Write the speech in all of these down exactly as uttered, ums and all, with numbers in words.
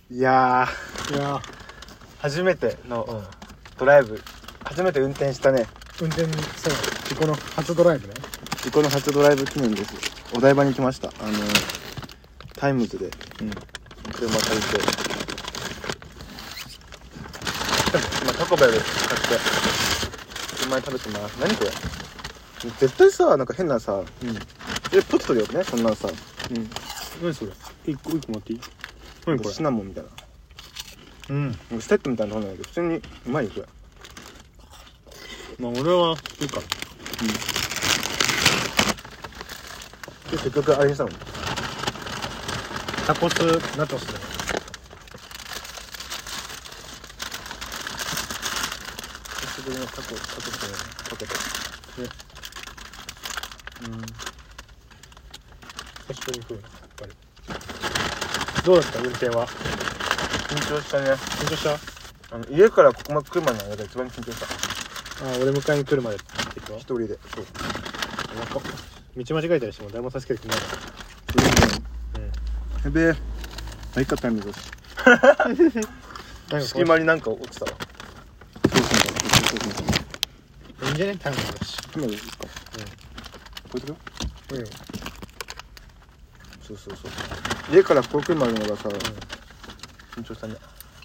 いやいや初めてのドライブ、初めて運転したね。 運転、そう、この初ドライブね。 この初ドライブ記念です。お台場に来ました。あのタイムズで、うん、車借りて今タコベル買って車に食べてます。何これ、絶対さ、なんか変なさ、うん、え、ポテトでよくね、そんなんさ、 うん、何それ、一個一個持っていい？何これ、 シナモンみたいな、 うん、 ステップみたいなのなんだけど、普通にうまいよこれ。 まあ俺は好きかな。 うん、せっかくあれにしたのにタコスナトスだよ。 久しぶりのタコ、タコスね、タコとね、うん、 久しぶりに食うな、やっぱり。どうだった運転は？ 緊張したね。 緊張した？ あの家からここまで来るまでの間が一番緊張した。 ああ、俺迎えに来るまでってこと？ 一人で。そう。 道間違えたりしても誰も助けてくれないから。 やべえ、あ、いかったんだぞ。隙間になんか落ちたわ。 いいんじゃね、タイムだし。 今ですか？うん。これだよ。 うん。 そうそうそう。家からここ来るまでのがさ、緊張したね。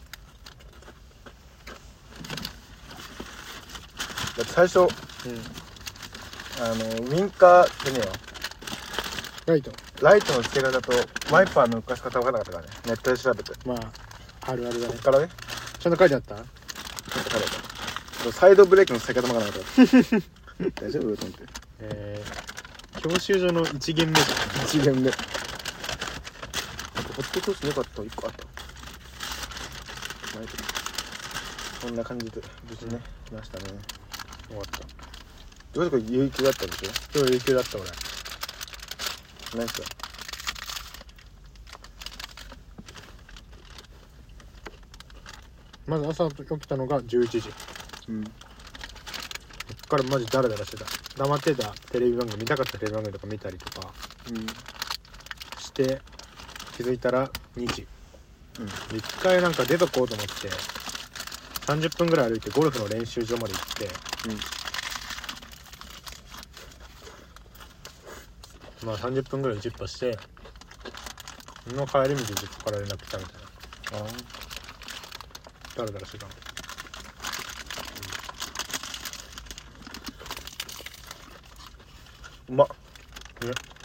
だって最初、うん、あのウインカーでねよ。 ライト。 ライトの付け方とワイパーの浮かし方分からなかったからね。ネットで調べて。 まああるあるだね。 そっからね。 ちゃんと書いてあった？ちゃんと書いてあった。サイドブレーキの付け方も分からなかった。大丈夫と思って。えー、教習所の一限目じゃん。 一限目。あとホットソースなかった。一個あった。ないけど。こんな感じで無事ね、来ましたね。 終わった。 どういうとこ有給だったんでしょ？ 今日有給だった俺。 何すか？ まず朝起きたのがじゅういちじ。うん。そっからマジダラダラしてた。黙ってたテレビ番組、見たかったテレビ番組とか見たりとか、うん、して気づいたらにじ。うん。一回なんか出とこうと思ってさんじゅっぷんぐらい歩いてゴルフの練習場まで行って、うん、まあさんじゅっぷんぐらいジッパしての帰り道で実家から連絡来たみたいな。ああ、ダラダラしてたの。 うまっ。ね。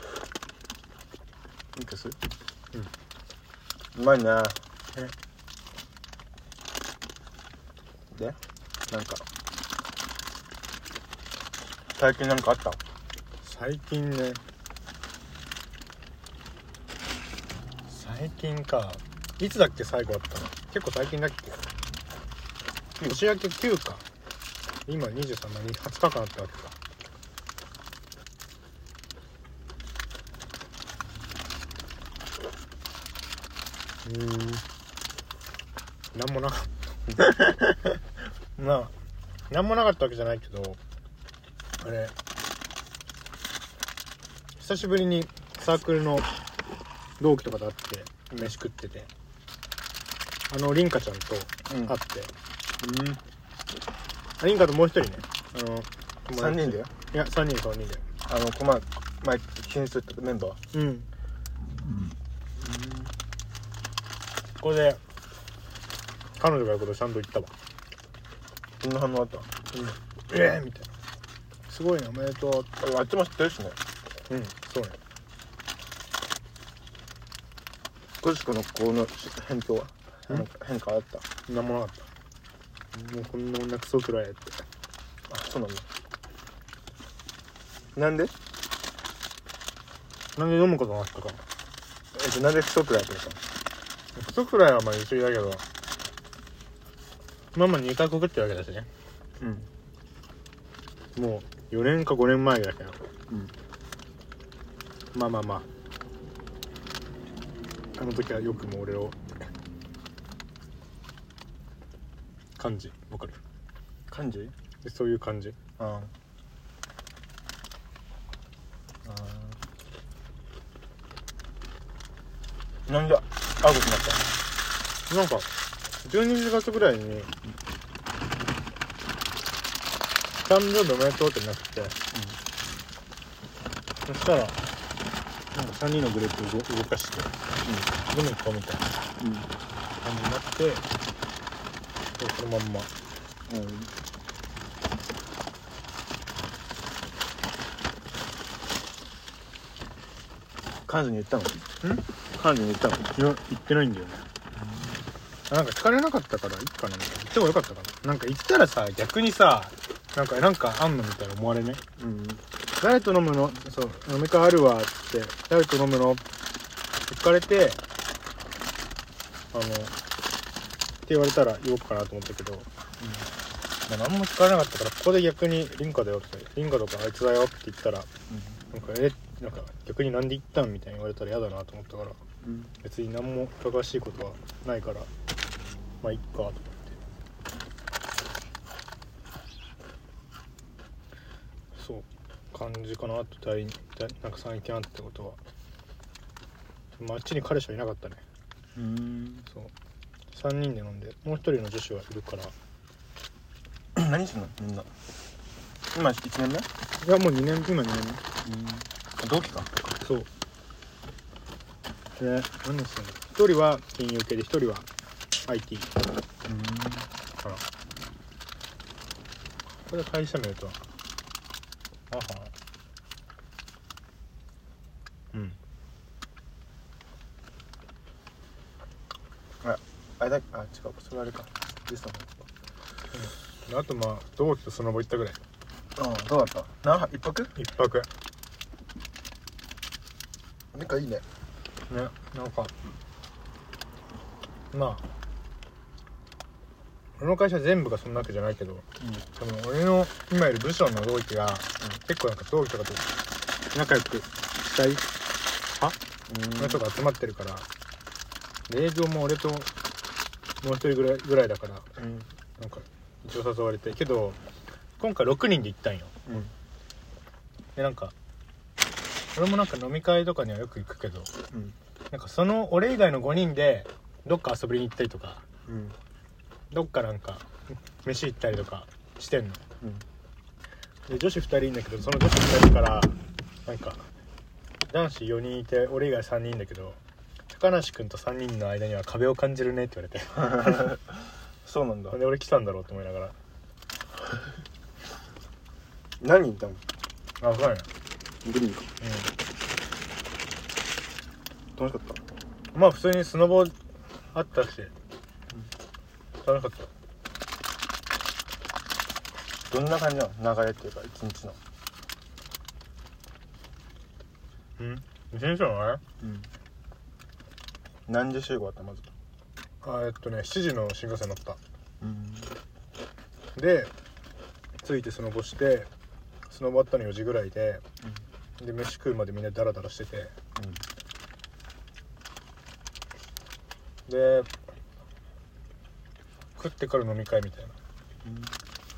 いいかす？うん。うまいね。え。で、なんか最近なんかあった？ 最近ね。最近か。いつだっけ最後あったの？結構最近だっけ？年明けきゅうか。今にじゅうさんまではつかかんあったわけか。うーん。なんもなかった。まあなんもなかったわけじゃないけど、あれ久しぶりにサークルの同期とかと会って飯食ってて、あのリンカちゃんと会って、うん、あリンカともう一人ね、あのさんにんで？ いやさんにんさんにんで、 あのこま前気にするってメンバー、うん、うん、 これで彼女がやることちゃんと言ったわ。 どんな反応あった？うん、 えーみたいな、すごいねおめでとう。 あっちも知ってるしね。 うん、そうね。 コシコのこの変化は変化あった？ なんもなかった。もうこんな女クソくらいやって。 あ、そうなんだ。なんでなんで飲むことになったか。 えっとなんでクソくらいやったのか。 クソくらいはまあ言い過ぎだけど、まあまあにかい告ってるわけだしね。うん。もうよねんかごねんまえだけど、うん、まあまあまああの時はよくも俺を感じ、わかる？ 感じ？ そういう感じ。 ああ。ああ。なんで会うことになったなんかじゅうにじがつぐらいに誕生日おめでとうってなくて、うん、そしたらなんかさんにんのグループ動動かして、うん、飲み行こうみたいな感じになって、うん、そのまんま、うん、 彼女に言ったの？ん？彼女に言ったの？ いや、言ってないんだよね。なんか聞かれなかったからいいかなみたいな。言ってもよかったかな。なんか言ったらさ、逆にさ、なんかなんかあんのみたいな思われね。うん。誰と飲むの？そう、飲み会あるわって、誰と飲むの？聞かれて、あの、って言われたら言おうかなと思ったけど、うん。まあ、何も聞かれなかったから、ここで逆にリンカだよって、リンカとかあいつだよって言ったら、うん、なんかえ、なんか逆になんで言ったんみたいに言われたら嫌だなと思ったから、うん、別に何もいかがわしいことはないから、まあいっかと思って。そう感じかなと。第二なんか最近あってことは、まあ、あっちに彼氏はいなかったね。うーん、そうさんにんで飲んで、もう一人の女子はいるから何するのみんな。今いちねんめ？いやもうにねん、今にねんめ。うん、 同期か。 そうで、何でするの。一人は金融系で一人は アイティー。うん、あら、これ会社名とはあはうん、 ああれだ、あ、違う、それあれか、リストの、 うん、あとまあ同期とその後行ったぐらい。 ああ、どうだった？何泊？一泊？ 一泊。 なんかいいね。 ね、なんかまあ俺の会社全部がそんなわけじゃないけど、うん、多分俺の今いる部署の同期が、うん、結構なんか同期とかと仲良くしたい派の人が集まってるから、営業も俺ともう一人ぐらいぐらいだから、うん、なんか一応誘われてけど今回ろくにんで行ったんよ、うん、でなんか俺もなんか飲み会とかにはよく行くけど、うん、なんかその俺以外のごにんでどっか遊びに行ったりとか、うん、どっかなんか飯行ったりとかしてんの、うん、で女子ふたりいんだけど、その女子ふたりからなんか男子よにんいて俺以外さんにんいんだけど、高梨くんとさんにんの間には壁を感じるねって言われてそうなんだ。 で俺来たんだろうと思いながら何人いたの？ あ、分かんない。 グリーンか。うん。楽しかった？ まあ普通にスノボあったし、うん、楽しかった。 どんな感じなの？流れっていうか一日の。 うん？一日のあれ？うん。 何時集合あったまず？ あ、えっとねしちじの新幹線乗った。うん。で着いてスノボして、スノボあったのよじぐらいで、うん、で飯食うまでみんなダラダラしてて、うん、で食ってから飲み会みたいな、うん、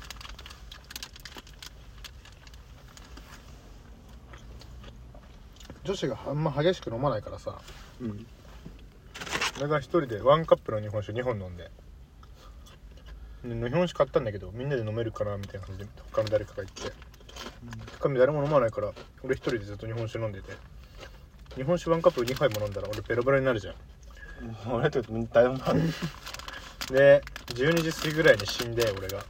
女子があんま激しく飲まないからさ、うん、俺が一人でワンカップの日本酒にほん飲んで、で日本酒買ったんだけどみんなで飲めるかなみたいな感じで他の誰かが言って、うん、他に誰も飲まないから俺一人でずっと日本酒飲んでて、日本酒ワンカップにはいも飲んだら俺ベロベロになるじゃん。 俺って誰も飲むでじゅうにじ過ぎぐらいに死んで俺が、うん、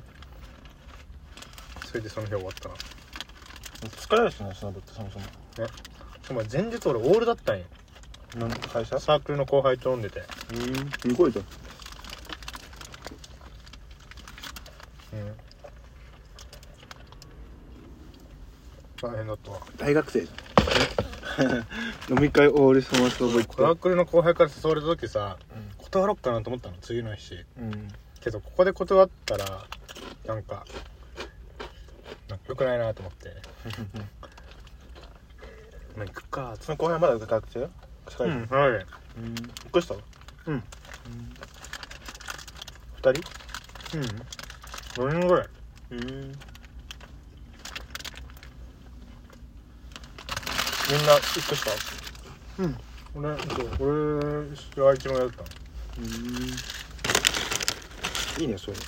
それでその日終わったな。 疲れるしね、スノボってそもそも。 え、お前前日俺オールだったんよ。 なん会社？ サークルの後輩と飲んでて。 うん、すごいじゃん。 うん、大変だったわ。 大学生じゃん飲み会オールそのスノボ行って、 サークルの後輩から誘われた時さ、うん、断ろっかなと思ったの次の日、うん、けどここで断ったらなんかなんか良くないなと思ってまあ行くか。 その後輩まだ学生？近い？うん、 はい。うん、 びっくりした？うん。ふたり？ うん。ごにんぐらい。うん。みんな一個した？ うん。俺、そう、俺が一番やったの。 うんいいねそういう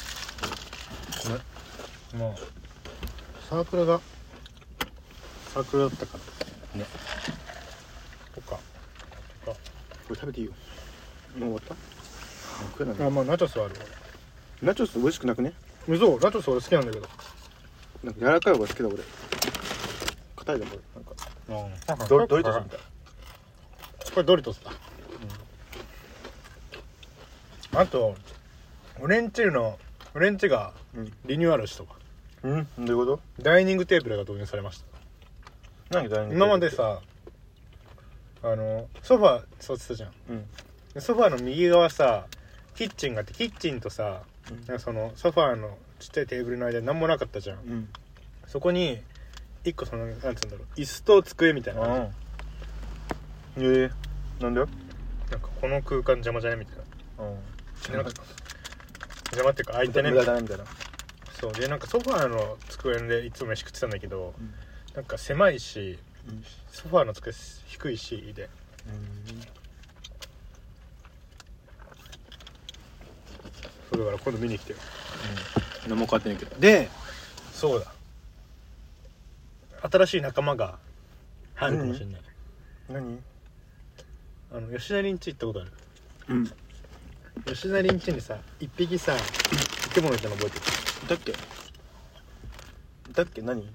の。 まあサークルがサークルだったからねとかとかこれ食べていいよ。もう終わった？あ食えないあまあナチョスはあるナチョス美味しくなくね？ 嘘ナチョス俺好きなんだけどなんか柔らかい方が好きだ俺。硬いじゃんこれなんかうんドドリトスみたい。 これドリトスだ、うん、あと俺んちの俺んちがリニューアルしたわ。 うん、どういうこと？ ダイニングテーブルが導入されました。 何ダイニングテーブル？ 今までさあのソファー座ってたじゃん、 うん、 でソファーの右側さキッチンがあってキッチンとさ、 うん、 なんかそのソファーのちっちゃいテーブルの間に何もなかったじゃん、 うん、 そこに一個そのなんつうんだろう椅子と机みたいな感じ。ええー、なんだよ。 なんかこの空間邪魔じゃねみたいな。 うんでなんか邪魔っていうか空いてねみたいな。 みたいな。 そうでなんかソファーの机でいつも飯食ってたんだけど、 うん、 なんか狭いし、うん、ソファーの机低いしで、うん、そうだから今度見に来てよ、 うん、何も変わってないけど。でそうだ新しい仲間が入るかもしれない。 何？ あの吉田林地行ったことある？ うん。 吉田林地にさ一匹さ生き物いたの覚えてる？ だっけだっけ何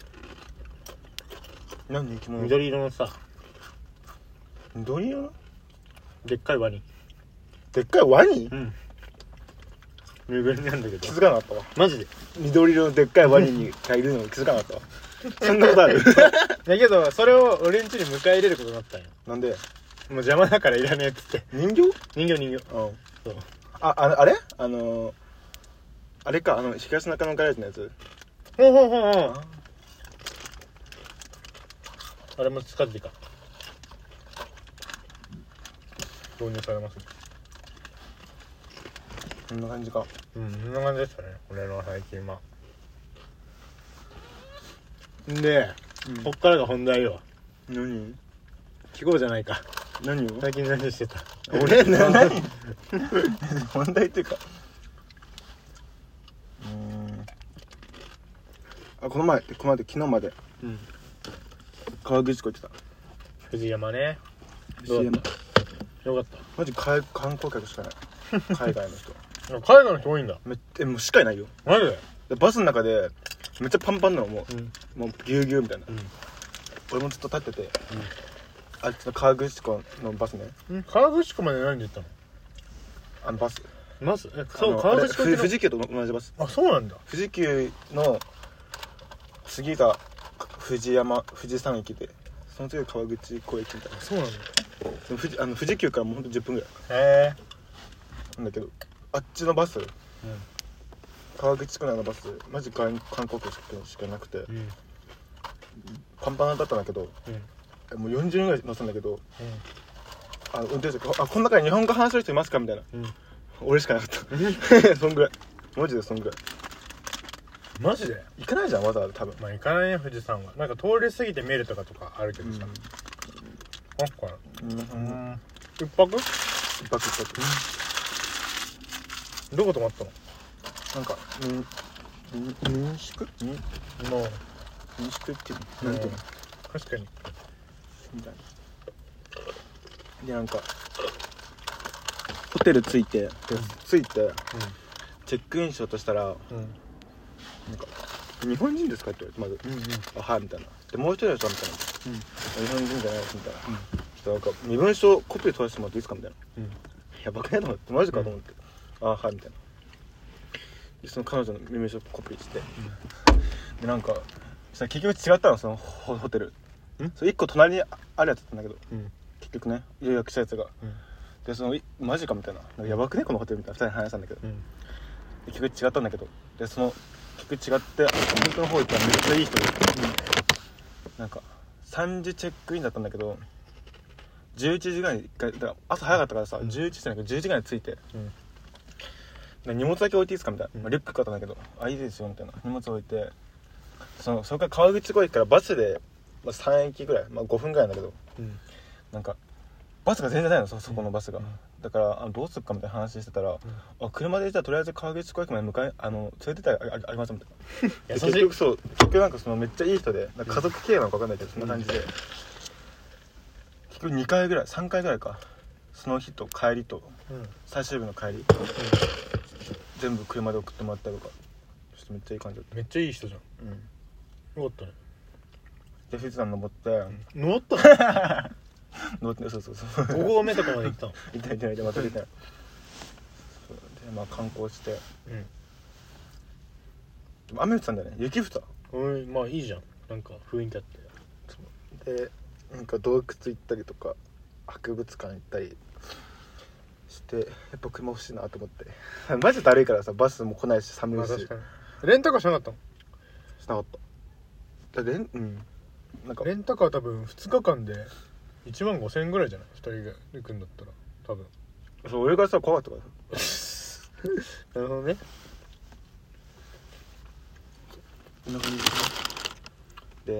何生き物？ 緑色のさ緑色のでっかいワニ。 でっかいワニ？ うんぬいぐるみなんだけど気づかなかったわ。 マジで緑色のでっかいワニがいるのに気づかなかったわ。そんなことある？ だけどそれを俺ん家に迎え入れることになったんよ。 なんで？ もう邪魔だからいらねえっつって。 人形？ 人形人形。うんそうあああれあのー、あれかあの東中野ガレージのやつ。 ほうほうほうほう。あれも使っていいか導入されますね。 こんな感じか。 うんそんな感じでしたね俺の最近は。で、うん、こっからが本題よ。 何？ 聞こうじゃないか。 何を？ 最近何してた？ 俺な何？本題っていうかうーんあこの前この前昨日まで、うん、河口湖行ってた。 藤山ね。 どうだった？ よかった。 マジ観光客しかない海外の人。 海外の人多いんだ。 めっえもうしかいないよマジで。 でバスの中でめっちゃパンパンなのもう、うん、もうギューギューみたいな、うん、俺もずっと立ってて、うん、あっちの河口湖のバスね。 ん河口湖まで何で行ったの？ あのバスバスえそう河口湖って富士急と同じバス。 あそうなんだ。 富士急の次が富士山富士山駅でその次が河口湖駅みたいな。 そうなんだ。 でも富士あの富士急からもうほんとじゅっぷんぐらい。 へえ。 なんだけどあっちのバス、うん、河口湖のあのバスマジ観光客しかいなくて、うん、パンパンだったんだけど、うん、もうよんじゅうにんぐらい乗せたんだけど、うん、あの運転手が「あこの中に日本語話せる人いますか?」みたいな、うん、俺しかなかったそんぐらいマジでそんぐらい。 マジで行かないじゃんわざわざ多分。 まあ行かないね富士山は。なんか通り過ぎて見えるとかとかあるけどさ、うん、あっこれうん一泊一泊一泊、 どこ泊まったの？ なんか民宿民の民宿っていうのなんていうの確かにみたいなでなんかホテル着いて、うん、着いて、うん、チェックインしようとしたら、うん、なんか日本人ですかって言われてまず、うんうん、あはいみたいなでもう一人の人みたいな、うん、日本人じゃないですみたいな、うん、なんか身分証コピー取らせてもらっていいですかみたいな、うん、やばくないと思ってマジかと思って、うん、あはいみたいなでその彼女の身分証コピーして、うん、でなんか結局違ったのそのホ, ホテルんそれいっこ隣にあるやつだったんだけど、うん、結局ね予約したやつが、うん、でそのマジかみたいななんかやばくねこのホテルみたいなふたりで話したんだけど、うん、結局違ったんだけどでその結局違って本当の方行ったらめっちゃいい人で、うん、なんかさんじチェックインだったんだけどじゅういちじぐらいにいっかいだから朝早かったからさ、うん、じゅういちじじゃなくてじゅうじぐらいに着いて、うん、荷物だけ置いていいですかみたいな、うんまあ、リュック買ったんだけどあいいですよみたいな荷物置いてそのそれから川口湖駅からバスで、まあ、さん駅ぐらい、まあ、ごふんぐらいなんだけど、うん、なんかバスが全然ないの そ, そこのバスが、うん、 だからあのどうするかみたいな話してたら、うん、あ車でじゃあとりあえず川口湖駅まで迎えあの連れてったら あ, あ, ありますみたいな優しい。結局そう結局なんかそのめっちゃいい人でなんか家族経営なのか分かんないけど、うん、そんな感じで、うん、結局にかいぐらいさんかいぐらいかその日と帰りと、うん、最終日の帰り、うん、全部車で送ってもらったりとかちょっとめっちゃいい感じだった。 めっちゃいい人じゃん。うんよかったね。 で富士山登って、うん、 登ったの登ってそうそうそうご合目とかまで行ったの行った行った行ったまた行ったでまあ観光して、うん、でも雨降ってたんだよね。雪降った。 うんまあいいじゃんなんか雰囲気あってそうでなんか洞窟行ったりとか博物館行ったりしてやっぱ車欲しいなと思ってマジだるいからさバスも来ないし寒いし、まあ、確かにレンタカーしなかったの？ しなかったレンうんなんかレンタカー多分ふつかかんでいちまんごせんえんぐらいじゃないふたりで行くんだったら多分。 そう俺がさ怖かったからなるほどね。 で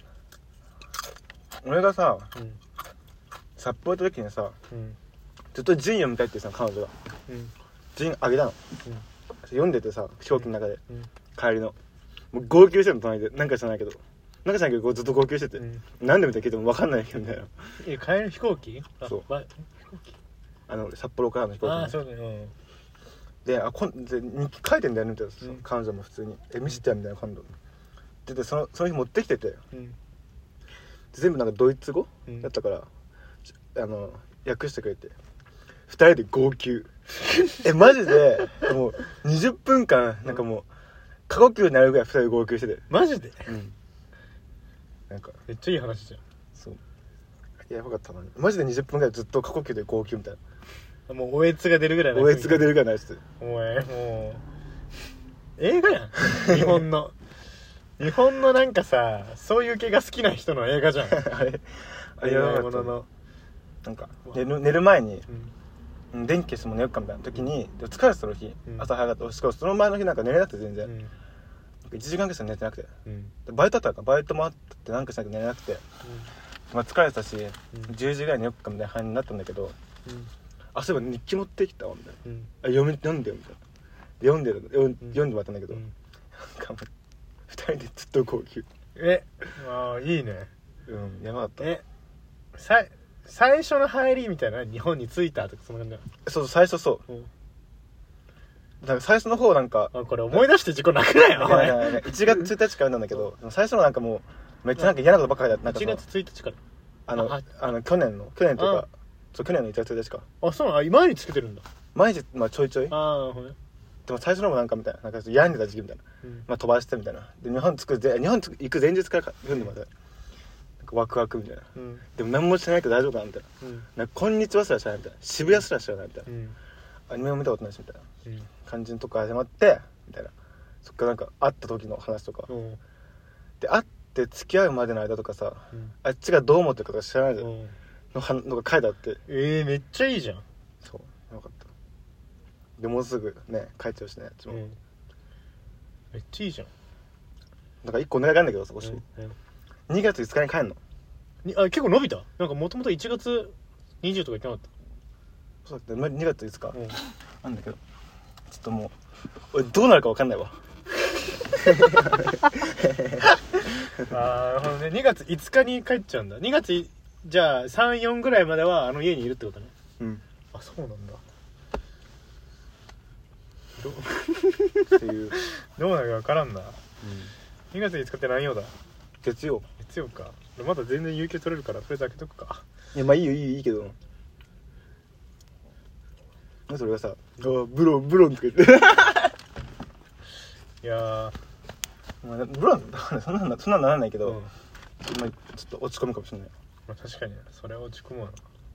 俺がさ、うん、札幌行った時にさ、うん、ずっとジン読みたいってさ彼女が、うん、ジンあげたの、うん、読んでてさ飛行機の中で、うん、帰りのもう号泣してるの隣でなんか知らないけどなんか知らないけどずっと号泣してて、うん、なんでみたいな聞いても分かんないけどみたいな。 え帰る飛行機？ そう飛行機あの札幌からの飛行機、ね、 あそうだよ、うん、 であこんで日記書いてんだよねみたいな、うん、彼女も普通にえ見せてやみたいな感動ででそのその日持ってきてて、うん、全部なんかドイツ語、うん、だったからあの訳してくれてふたりで号泣えマジでもうにじゅっぷんかんなんかもう過呼吸になるぐらいふたりで号泣しててマジで、 うん、なんかめっちゃいい話じゃん。 そういややばかったなマジでにじゅっぷんぐらいずっと過呼吸で号泣みたいな。もうおえつが出るぐらいおえつが出るぐらいないっす。 お前もう映画やん日本の日本のなんかさそういう系が好きな人の映画じゃんあれあれやばかったのなんか寝る、寝る前に、うん、電気消しても寝よっかみたいな時に、うん、疲れてたの日、うん、朝早かったしかもその前の日なんか寝れなくて全然、うん、なんかいちじかんぐらい寝てなくて、うん、バイトあったからバイトもあってなんかしなきゃ寝れなくて、うんまあ、疲れてたし、うん、じゅうじぐらいに寝よっかみたいな感じになったんだけど、うん、あそういえば日記持ってきたわみたいな、うん、あ読み読んでよみたいな読んでる読ん、うん、読んでもらったんだけど、うん、なんかもうふたりでずっと号泣。えあいいね。 うんやばかった。 えさ最初の入りみたいな日本に着いたとかそんな感じだ。 そうそう最初そう、うん、だから最初の方なんかあこれ思い出して事故なくないよいやいやいやいちがつついたちからなんだけど最初のなんかもうめっちゃなんか嫌なことばっかりだった。 いちがつついたちからあの あ, あの去年の去年というかそう去年のいちがつついたちか。 あそうなの毎日つけてるんだ。 毎日まあちょいちょい。 ああでも最初のもなんかみたいななんか病んでた時期みたいな、うん、まあ飛ばしてみたいなで日本着くぜ日本行く前日から読んでまでなんかワクワクみたいな、うん、でも何もしてないけど大丈夫かなみたいな、うん、なんかこんにちはすら知らないみたいな渋谷すら知らないみたいな、うん、アニメも見たことないしみたいな、うん、感じのとこ始まってみたいなそっからなんか会った時の話とか、うん、で会って付き合うまでの間とかさ、うん、あっちがどう思ってるかとか知らないで、うん、のはのが書いてあってえー、めっちゃいいじゃん。 そうよかったでもうすぐね帰っちゃうしねあっちも、うん、 めっちゃいいじゃん。 だからいっこお願いがあるんだけど少し、うんうん、にがついつかに帰んのにあ結構伸びた。なんかもともといちがつにじゅうとか言ってなかった。 そうだってにがついつか、うん、なんだけどちょっともう俺どうなるか分かんないわあなるほどね。にがついつかに帰っちゃうんだ。にがつじゃあさん、よんぐらいまではあの家にいるってことね。 うんあそうなんだどっていうどうなるか分からんな、うん、にがついつかって何曜だ。 月曜月曜か。まだ全然有給取れるからとりあえず開けとくか。 いやまあいいよいいよいいけどそれがさあブロンブロンとか言っていやまあ、ブロンそんなのそんなのならないけど、うん、今ちょっと落ち込むかもしれない。 まあ確かにそれは落ち込むわな。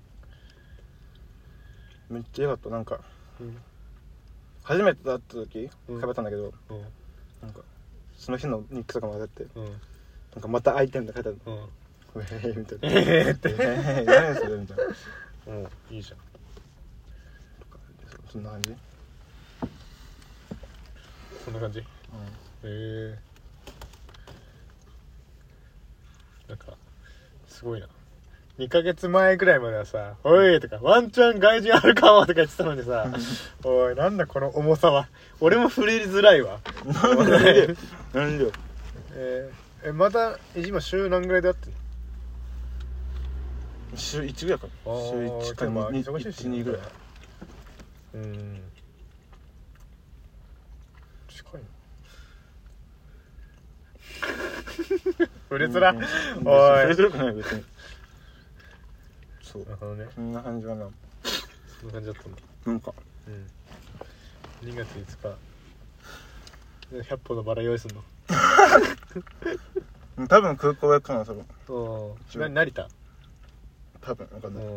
めっちゃ良かったなんか、うん、初めて会った時喋ったんだけど、うん、なんかその日の日記とかもあって、うん、なんかまた会いたいみたいな書いてあるの、うん、えーみたいなえーってえー何それみたいなうんいいじゃんそんな感じそんな感じ、うん、へえー、なんかすごいなにかげつまえくらいまではさ「おい!」とか「ワンチャン外人あるかも」とか言ってたのにさ「おいなんだこの重さは俺も触れづらいわ」 なんでなんでよえー、えまた今週何ぐらいで会ってんの？ 週いちぐらいかな。週いちかにいち、にぐらい。 うん近いな触れづら、うん、おい触れづらくない別に。そうなるほどね。 そんな感じかな。 そんな感じだったんだ。 なんかうんにがついつかひゃっぽんのバラ用意すんの？ 多分空港やかな多分。 おー成田？ 多分わかんない。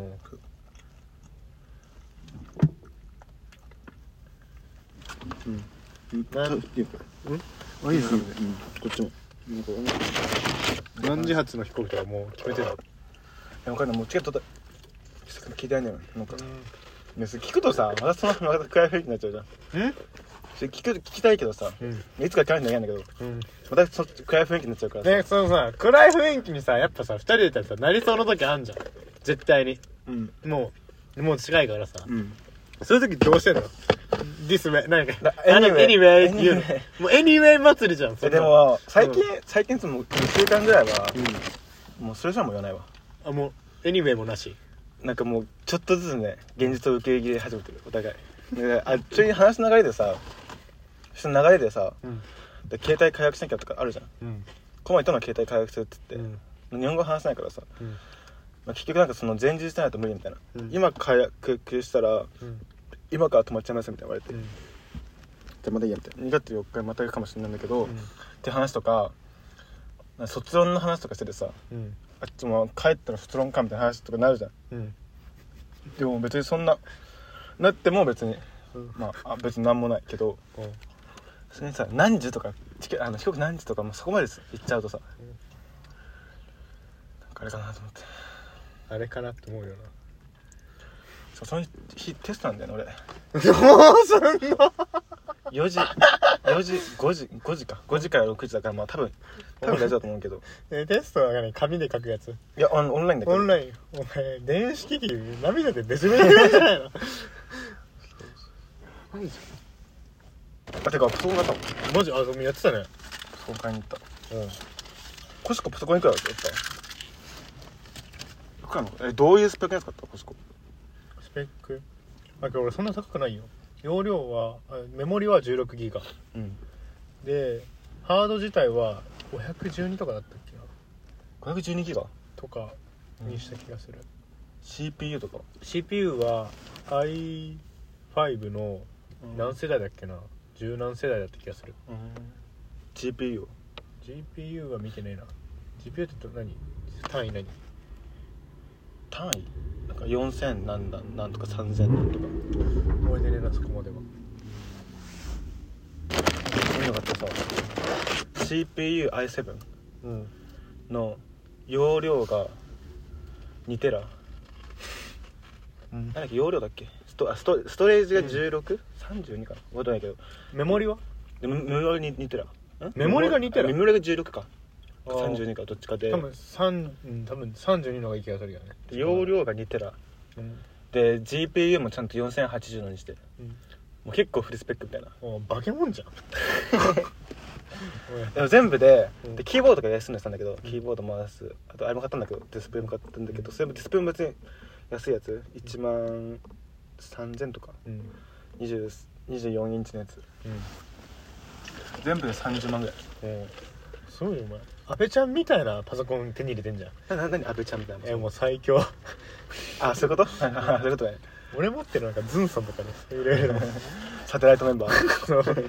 うんなんうんあいいですね。こっちも何時発の飛行機とかもう決めてるの？ えわかんないもうチケットだ聞いてないんだよなんかねそれ聞くとさまたそのまた暗い雰囲気になっちゃうじゃん。 えそれ聞く聞きたいけどさ、うん、いつか帰るの嫌なんだけど、うん、またそ暗い雰囲気になっちゃうからさ。 ねそのさ暗い雰囲気にさやっぱさふたりでいたらさなりそうな時あんじゃん絶対に、うん、もうもう近いからさ、うん、そういう時どうしてんの？ディスメ何かエニウェイエニウェイって言うのもうエニウェイ祭りじゃん。 えでも最近、うん、最近もうにしゅうかんぐらいは、うん、もうそれじゃも言わないわ。あもうエニウェイもなし。 なんかもうちょっとずつね現実を受け入れ始めてるお互いであっちに話の流れでさその流れでさ、うん、で携帯解約しなきゃとかあるじゃん、うん、この前との携帯解約するって言って、うん、日本語話せないからさ、うんまあ、結局なんかその前日じゃないと無理みたいな、うん、今解約したら、うん、今から止まっちゃいますみたいな言われて、うん、じゃあまだいいやみたいなにがつよっかまた行くかもしれないんだけど、うん、って話とか卒論の話とかしててさ、うん、あっちも帰ったら卒論かみたいな話とかなるじゃん、うん、でも別にそんななっても別に、うん、まあ別になんもないけど、うん、それにさ何時とかチケあの飛行機何時とかもそこまで行っちゃうとさ、うん、なんかあれかなと思ってあれかなって思うよな。 そうその日テストなんだよね俺。 どうすんのよじよじごじごじかごじからろくじだからまあ多分多分大丈夫だと思うけどえテストは何紙で書くやつ？ いやオンオンラインだけど。 オンラインお前電子機器涙でベジベジなんじゃないの何じゃあてかパソコン買ったもんマジ。あでもやってたね。 パソコン買いに行ったうんコシコパソコンいくらだったやったいくらのえどういうスペックのやつ買ったコシコスペックあ俺そんな高くないよ。容量はメモリはじゅうろくギガ、うん、でハード自体はごひゃくじゅうにとかだったっけな。 ごひゃくじゅうにギガとかにした気がする、うん、 シーピーユー とかシーピーユー は アイファイブ の何世代だっけな、じゅう何世代だった気がする、うん、 ジーピーユー はジーピーユー は見てねえな。 ジーピーユー って何単位何単位なんかよんせん何なんとかさんぜんなんとか覚えてねえなそこまでは。 そういうのがあってさ シーピーユーアイセブン の容量がにテラ、うん、なんだっけ容量だっけ スト, スト, ストレージがじゅうろく、うん、さんじゅうにかな覚えてないけどメモリはメモリににテラメモリがにテラメモリがじゅうろくかさんじゅうにかどっちかで多分3、うん、多分さんじゅうにの方がいい気がするよね。 容量がにテラ、うん、で ジーピーユー もちゃんとよんせんはちじゅうのにして、うん、もう結構フルスペックみたいな。 もうバケモンじゃんでも全部で、うん、でキーボードとか安いのしたんだけど、うん、キーボード回すあとあれも買ったんだけどディスプレイも買ったんだけど、うん、それもディスプレイも別に安いやついちまんさんぜんとか、うん、にじゅう にじゅうよんインチのやつ、うん、全部でさんじゅうまんぐらい、うん、 すごいよお前安倍ちゃんみたいなパソコン手に入れてんじゃん。 な、な、なに安倍ちゃんみたいな。 えもう最強あそういうことそういうことね。 俺持ってるなんかズンソンとかね入れるのサテライトメンバー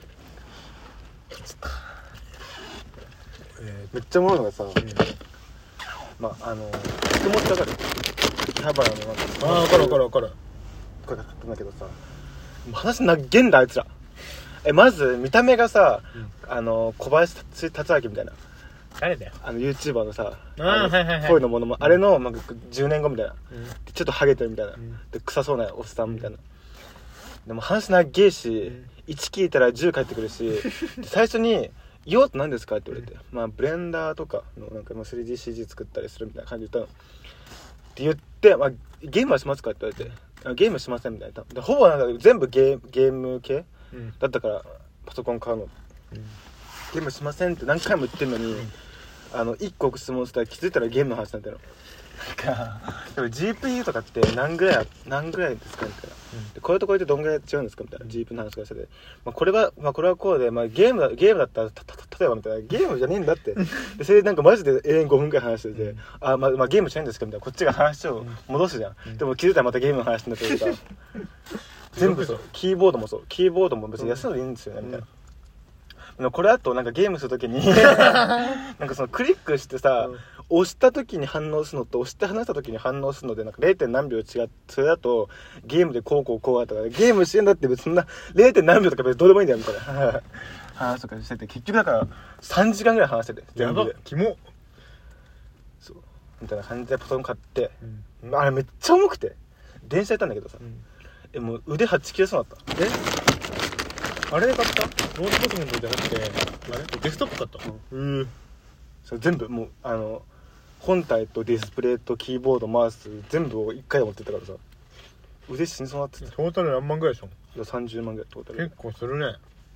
えー、めっちゃ思うのがさ、うん、まああのつくもってわかるハバラのなんかああ分かる分かる分かるこれ買ったんだけどさ話なっげんだあいつら。えまず見た目がさ、うん、あの小林達明みたいな誰だよあの YouTuber のさああはいはいはい声のものもあれの、まあ、じゅうねんごみたいな、うん、ちょっとハゲてるみたいな、うん、で臭そうなおっさんみたいな、うん、でも話なっげえし、うん、いち聞いたらじゅう返ってくるし最初に「用途何ですか?」って言われて、うん、まあブレンダーとかのなんか スリーディーシージー 作ったりするみたいな感じで言ったのって言って、まあ、ゲームはしますかって言われて、ゲームしませんみたいな。でほぼなんか全部ゲーゲーム系、うん、だったからパソコン買うの、うん、ゲームしませんって何回も言ってんのに、うん、あのいっこ質問したら気づいたらゲームの話になってるの。なんかでも ジーピーユー とかって何ぐらい何ぐらいですかみたいな、うん、でこれとこれってどんぐらい違うんですかみたいな、うん、ジーピーユー の話がしてて、まあ、これは、まあ、これはこうで、まあ、ゲームだゲームだったらたたた例えばみたいな、ゲームじゃねえんだってでそれでなんかマジで永遠ごふんくらい話してて、うん、あ、まあ、まあゲームしないんですかみたいな、こっちが話を戻すじゃん、うん、でも気づいたらまたゲームの話になってるから全部そう、キーボードもそう、キーボードも別に安いのでいいんですよね、うん、みたいな。これだとなんかゲームするときになんかそのクリックしてさ、うん、押したときに反応するのと押して離したときに反応するのでなんか れい. 何秒違って、それだとゲームでこうこうこうだとか、ゲームしてんだって別にそんな れい. 何秒とか別にどうでもいいんだよみたいな話とかしてて、結局だからさんじかんぐらい話してて、全部でキモそうみたいな感じでパソコン買って、うん、あれめっちゃ重くて電車行ったんだけどさ、うん、えもう腕はち切れそうになった。 えあれで買った？ノートパソコンじゃなくてあれデスクトップ買った？ うん、それ全部もうあの本体とディスプレイとキーボードマウス全部をいっかいで持ってったからさ、腕死にそうになってた。 トータル何万ぐらいでしょ？ いやさんじゅうまんぐらいトータル。 結構するね。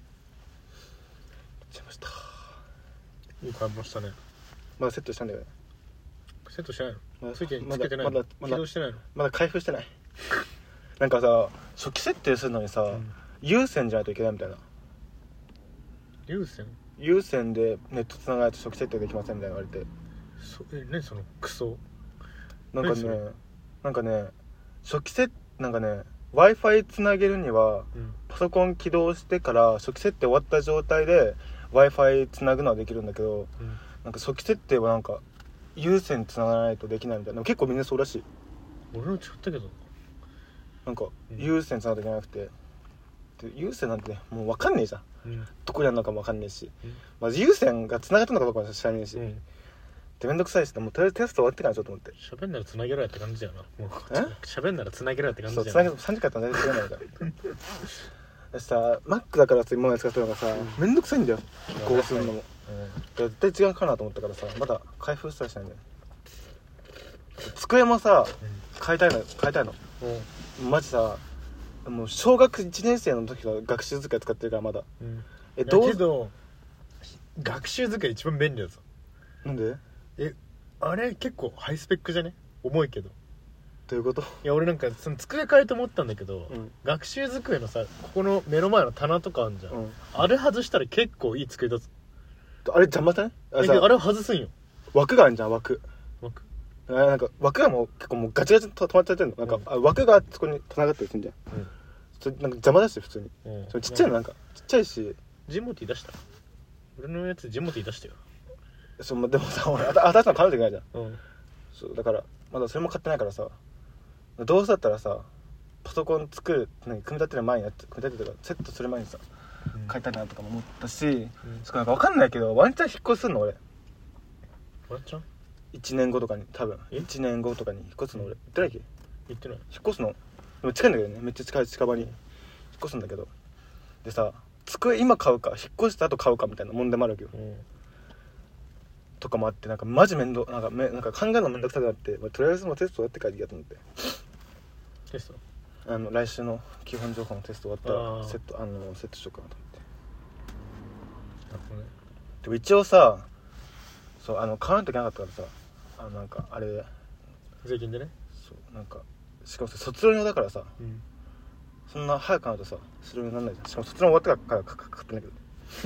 しました。 いい買いましたね。 まだセットしたんだよね。 セットしてないの？ まだついてまだつけてないの？ まだまだ起動してないの？ まだ開封してないなんかさ初期設定するのにさ、うん、有線じゃないといけないみたいな。 有線？ 有線でネットつながないと初期設定できませんみたいな言われて、 そえ何そのクソなんかねなんかね初期設なんかね Wi-Fi つなげるには、うん、パソコン起動してから初期設定終わった状態で Wi-Fi つなぐのはできるんだけど、うん、なんか初期設定はなんか有線つながないとできないみたいな。結構みんなそうらしい。 俺も違ったけどなんか有線つながなきゃいけなくて、うん、で有線なんて、ね、もう分かんねえじゃん、うん、どこにあるのかも分かんねえし、うん、まず有線がつながったのかどうかも知らねえし、うん、でめんどくさいし、もうとりあえずテスト終わってからちょっと思って喋んならつなげろやって感じだよな。もうえ喋んならつなげろやって感じだよな。 そうつなげろさんじかんやったら全然違うないからさ Mac だから今まで使ってるのがさ、うん、めんどくさいんだよこうするのも、うん、絶対時間かかるなと思ったからさ、まだ開封したりしないんだよ。机もさ、うん、買いたいの買いたいの、うん、マジさもう小学いちねん生の時から学習机使ってるからまだ、うん、 えどうけど学習机一番便利だぞ。 なんで？ えあれ結構ハイスペックじゃね？重いけど。 どういうこと？ いや俺なんかその机買えと思ったんだけど、うん、学習机のさここの目の前の棚とかあるじゃん、うん、あれ外したら結構いい机だぞ。 あれ邪魔じゃない？あれあれ外すんよ。 枠があるじゃん枠枠あなんか枠がもう結構もうガチガチと止まっちゃってるのなんか、うん、枠がそこに繋がってるんじゃん、うん、それなんか邪魔だし普通に、うん、それちっちゃいのなんかちっちゃいし。 ジモティー出した？俺のやつジモティー出したよ。 そうでもさ俺新しいの買わなきゃいけないじゃん、うん、そうだからまだそれも買ってないからさ、どうせだったらさパソコン作る何組み立てる前にやって組み立ててとかセットする前にさ、うん、買いたいなとかも思ったし、うん、そこなんか分かんないけどワンチャン引っ越しするの俺。 ワンチャンいちねんごとかに多分いちねんごとかに引っ越すの俺。行ってないっけ？ 行ってない。 引っ越すのでも近いんだけどね、めっちゃ近い近場に引っ越すんだけど、でさ机今買うか引っ越した後買うかみたいな問題もあるわけよ、うん、とかもあってなんかマジ面倒なんかめなんか考えるのめんどくさくなって、まあ、とりあえずもうテスト終わってからいいやと思って。 テストあの来週の基本情報のテスト終わったらセットあのセットしようかなと思って。なるほどね。でも一応さそうあの買わないといけなかったからさあのなんかあれ税金でね。 そうなんかしかも卒業用だからさ、うん、そんな早く買うとさ卒業にならないじゃん。しかも卒業終わってからかかってんだけど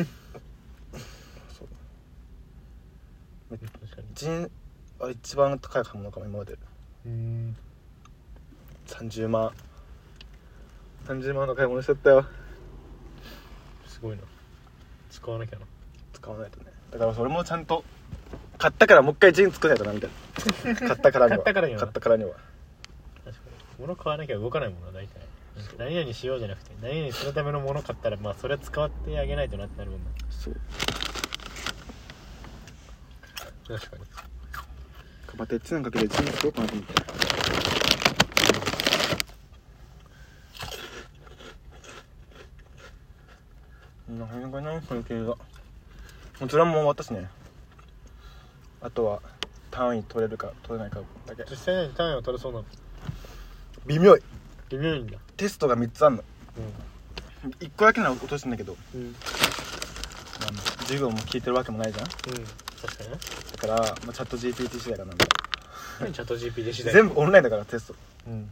そう確かに人あ一番高い買い物かも今まで。うーんさんじゅうまんさんじゅうまんの買い物しちゃったよ。 すごいな。使わなきゃな。 使わないとね。だからそれもちゃんと買ったからもう一回ジン作らないとなみたいな買ったからには買ったからには買ったからには確かに物買わなきゃ動かないもんな大体。何々しようじゃなくて何々するためのもの買ったらまあそれは使ってあげないとなってなるもんな。 そう確かにまたいちねんかけてジン作ろうかなと思ってなかなかなこの系がもちろんもう終わったしね。あとは単位取れるか取れないかだけ。 実際に単位は取れそうなの？ 微妙い。 微妙いんだ。 テストがみっつあんの。 ういっこだけなら落としてんだけど、 んうんあの授業も聞いてるわけもないじゃん。 うん確かにね。 だから、まあ、チャット ジーピーティー 次第かなんだ。 何チャット ジーピーティー 次第。 全部オンラインだからテスト。 うん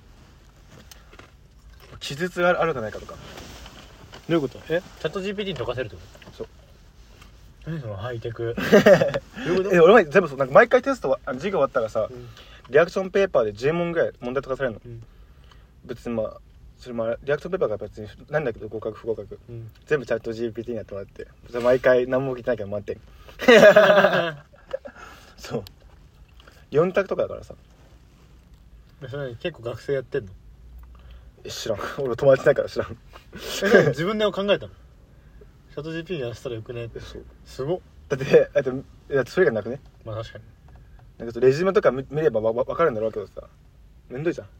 記述があるかないかとか。 どういうこと？えチャット ジーピーティー に解かせるってこそう。 と？何そのハイテク。どういうこと？ え、俺前全部そう、なんか毎回テストは、あの授業終わったらさ、 うんリアクションペーパーでじゅう問ぐらい問題とかされるの。 うん別にまあ、それもリアクションペーパーが別になんだけど合格不合格。 うん全部チャット ジーピーティー にやってもらって、それ毎回何も聞いてないけど満点。そう。よん択とかだからさ。 それ結構学生やってんの？ え知らん。俺友達ないから知らん。 え何自分で考えたの？チャット ジーピーティー やらせたらよくねって。 そう。 すごっ。 だって、だって、だってそれがなくね。 まあ確かに。 なんかレジュメとか見見ればわわ分かるんだろうけどさ、めんどいじゃん。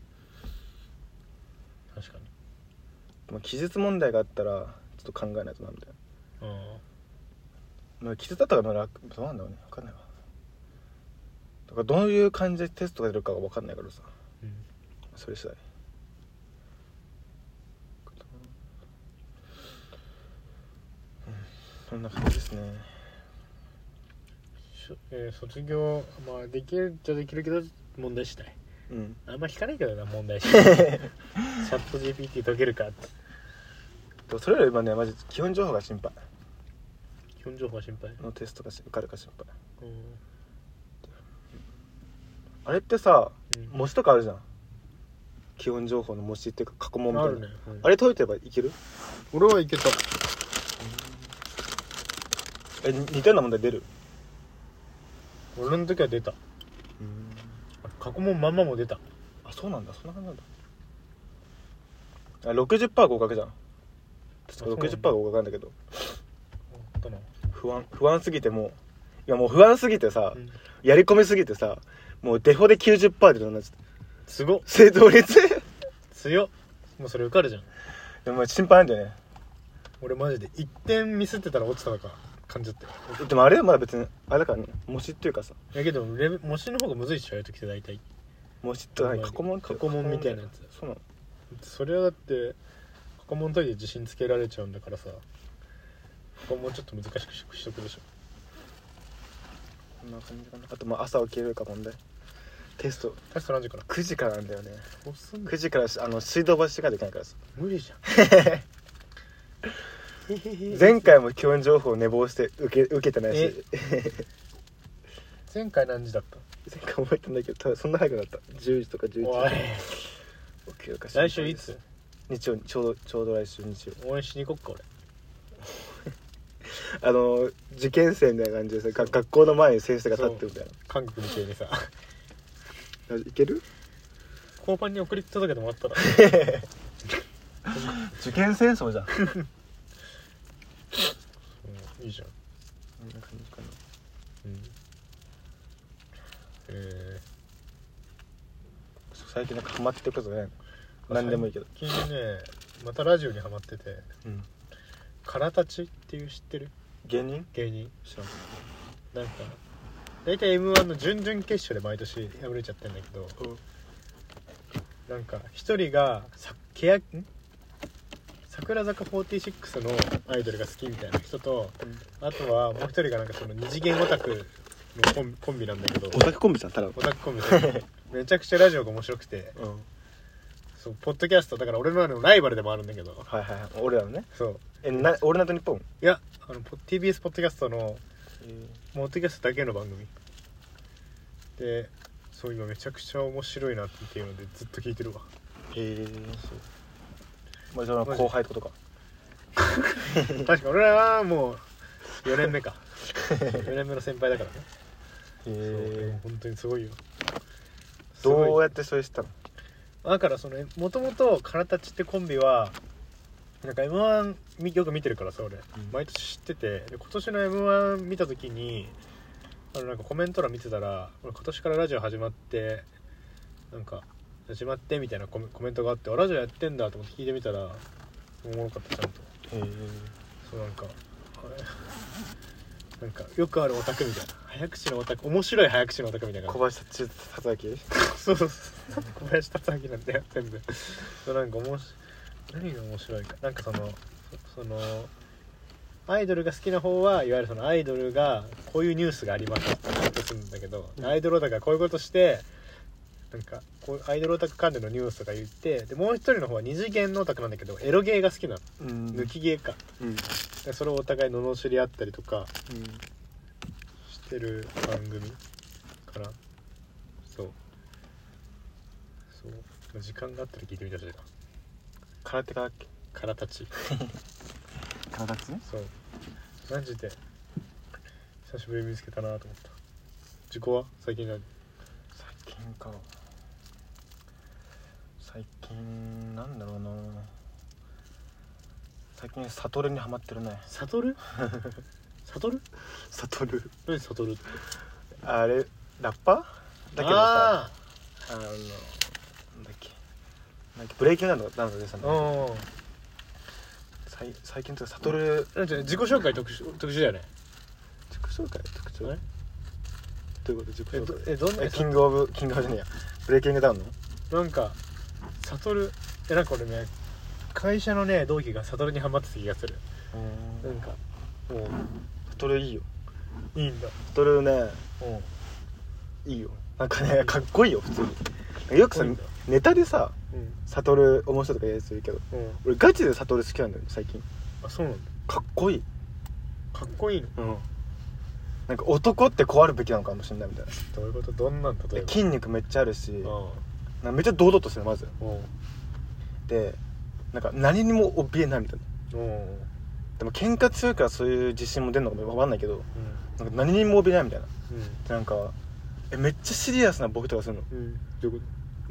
確かに。 まあ、記述問題があったらちょっと考えないとなんだよ。 うんまあ、記述だったらまあ楽どうなんだろうね、分かんないわ。だからどういう感じでテストが出るかが分かんないからさ、 うんそれ次第。そんな感じですね。 しえー卒業まあできるっちゃできるけど問題次第。 うん。 あんま聞かないけどな問題次第。チャット ジーピーティー 解けるかって。 でもそれより今ね、マジ基本情報が心配。 基本情報は心配。 のテストが受かるか心配。 うんあれってさ、 うん模試とかあるじゃん。基本情報の模試っていうか過去問みたいな。 あるね、うんあれ解いてればいける？ 俺はいけた。 え、似たような問題出る？ 俺の時は出た。過去問まんまも出た。 あ、そうなんだ。そんな感じなんだ。あ ろくじゅっパーセント 合格じゃん。ろくじゅっパーセント 合格なんだけど、 あったな。 不安不安すぎてもう、いやもう不安すぎてさ、 うんやり込みすぎてさ、もうデフォで きゅうじゅっパーセント 出るようになっちゃった。 すごっ。 正答率強っ。もうそれ受かるじゃん。 でも心配なんだよね。 俺マジでいってんミスってたら落ちたのか感じだったよ。 でもあれはまだ別にあれだからね、模試っていうかさ、 いやけどレベ模試の方がむずいっしょ、ああいう時って大体。 模試って何、過去問って過去問みたいなやつ。 そうなの？ それはだって過去問解いて自信つけられちゃうんだからさ、過去問ちょっと難しくしとくでしょ。 こんな感じかな。あとまあ朝起きれるか問題。テストテスト何時から？ くじからなんだよね。 遅いんだくじからあの水道橋しかできないからさ。 無理じゃん。 前回も基本情報を寝坊して受け受けてないし。 前回何時だった？ 前回覚えてないけど、多分そんな早くなった。じゅうじとかじゅういちじ。 おい起きるか来週いつ？ 日曜、ちょうどちょうど来週日曜。 応援しに行こっか俺。 あの受験生みたいな感じでさ、が学校の前に先生が立ってるみたいな。 韓国みたいにさいける？ 交番に送り届けてもらったら受験戦争じゃん。 うん、いいじゃん。 こんな感じかな。 うんえ最近なんかハマってることね、何でもいいけど。 最近ねまたラジオにハマってて、 うん。 カラタチっていう知ってる芸人？ 芸人？ 知らん。 なんか大体 エムワン の準々決勝で毎年敗れちゃってんだけど、なんか一人がさけやん桜坂フォーティーシックスのアイドルが好きみたいな人と、あとはもう一人がなんかその二次元オタクのコンビ、コンビなんだけど、 オタクコンビじゃん、ただの。 オタクコンビでめちゃくちゃラジオが面白くて、 うん。 そうポッドキャストだから俺のライバルでもあるんだけど、 はいはいはい。俺らのね。 そうえ、な、オールナイトニッポン？ いやあの ティービーエス ポッドキャストのえポッドキャストだけの番組で、そう今めちゃくちゃ面白いなっていうのでずっと聞いてるわ。 え。そう。まあ、その後輩ってことか。 確か俺らはもうよねんめかよねんめの先輩だからね。 へえ。 本当にすごいよ。 どうやってそれしたの？ だからそのもともとカラタチってコンビはなんか エムワン よく見てるからさ俺、うん、毎年知ってて、で今年の エムワン 見た時にあのなんかコメント欄見てたら、俺今年からラジオ始まってなんか始まってみたいなコメ、コメントがあって、あラジオやってんだと思って聞いてみたらおもろかったちゃんと。 へえ。 そうなんかなんかよくあるオタクみたいな、早口のオタク、面白い早口のオタクみたいな。 小林達明そうそう小林達明なんだよ全部。そうなんか面白い、何が面白いか、なんかそのそのアイドルが好きな方はいわゆるそのアイドルがこういうニュースがありますって発表するんだけど、アイドルオタクがこういうことしてなんかこうアイドルオタク関連のニュースとか言って、でもう一人の方は二次元のオタクなんだけどエロゲーが好きなの、うん、抜きゲーか、うん、でそれをお互い罵り合ったりとかしてる番組かな。そうそう時間があったら聞いてみてほしいな。 空手家だっけ？ 空たち空たちね。 そうマジで久しぶりに見つけたなと思った。自己は最近何？ 最近か最近なんだろうな、最近サトルにハマってるね。 サトルサトルサトル何サトルって？ あれラッパーだけどさ、あのなんだっけなんかブレイキングダウンのダンスでさ、最最近とかサトル、 うん、自己紹介特殊特殊だよね。 自己紹介特殊？あれどういうこと？自己紹介えどんなキングオブキングオブじゃねえやブレイキングダウンのなんかサトルえなんか俺ね会社のね同期がサトルにハマってた気がする。なんかもうサトルいいよ。 いいんだサトルねいいよ。なんかねかっこいいよ普通に。よくさネタでさ、うん、サトル面白いとか言うやついるけど、うん、俺ガチでサトル好きなんだよ最近。 あそうなんだ。 かっこいい。 かっこいいの？ うん。なんか男ってこうあるべきなのかもしれないみたいな。 どういうこと？どんなん例えば？ 筋肉めっちゃあるし、なんかめっちゃ堂々としてるまず。でなんか何にも怯えないみたいな。でも喧嘩強いからそういう自信も出るのか分かんないけど、うん、なんか何にも怯えないみたいな、うん、なんかえめっちゃシリアスなボケとかするの、うん、どういうこと？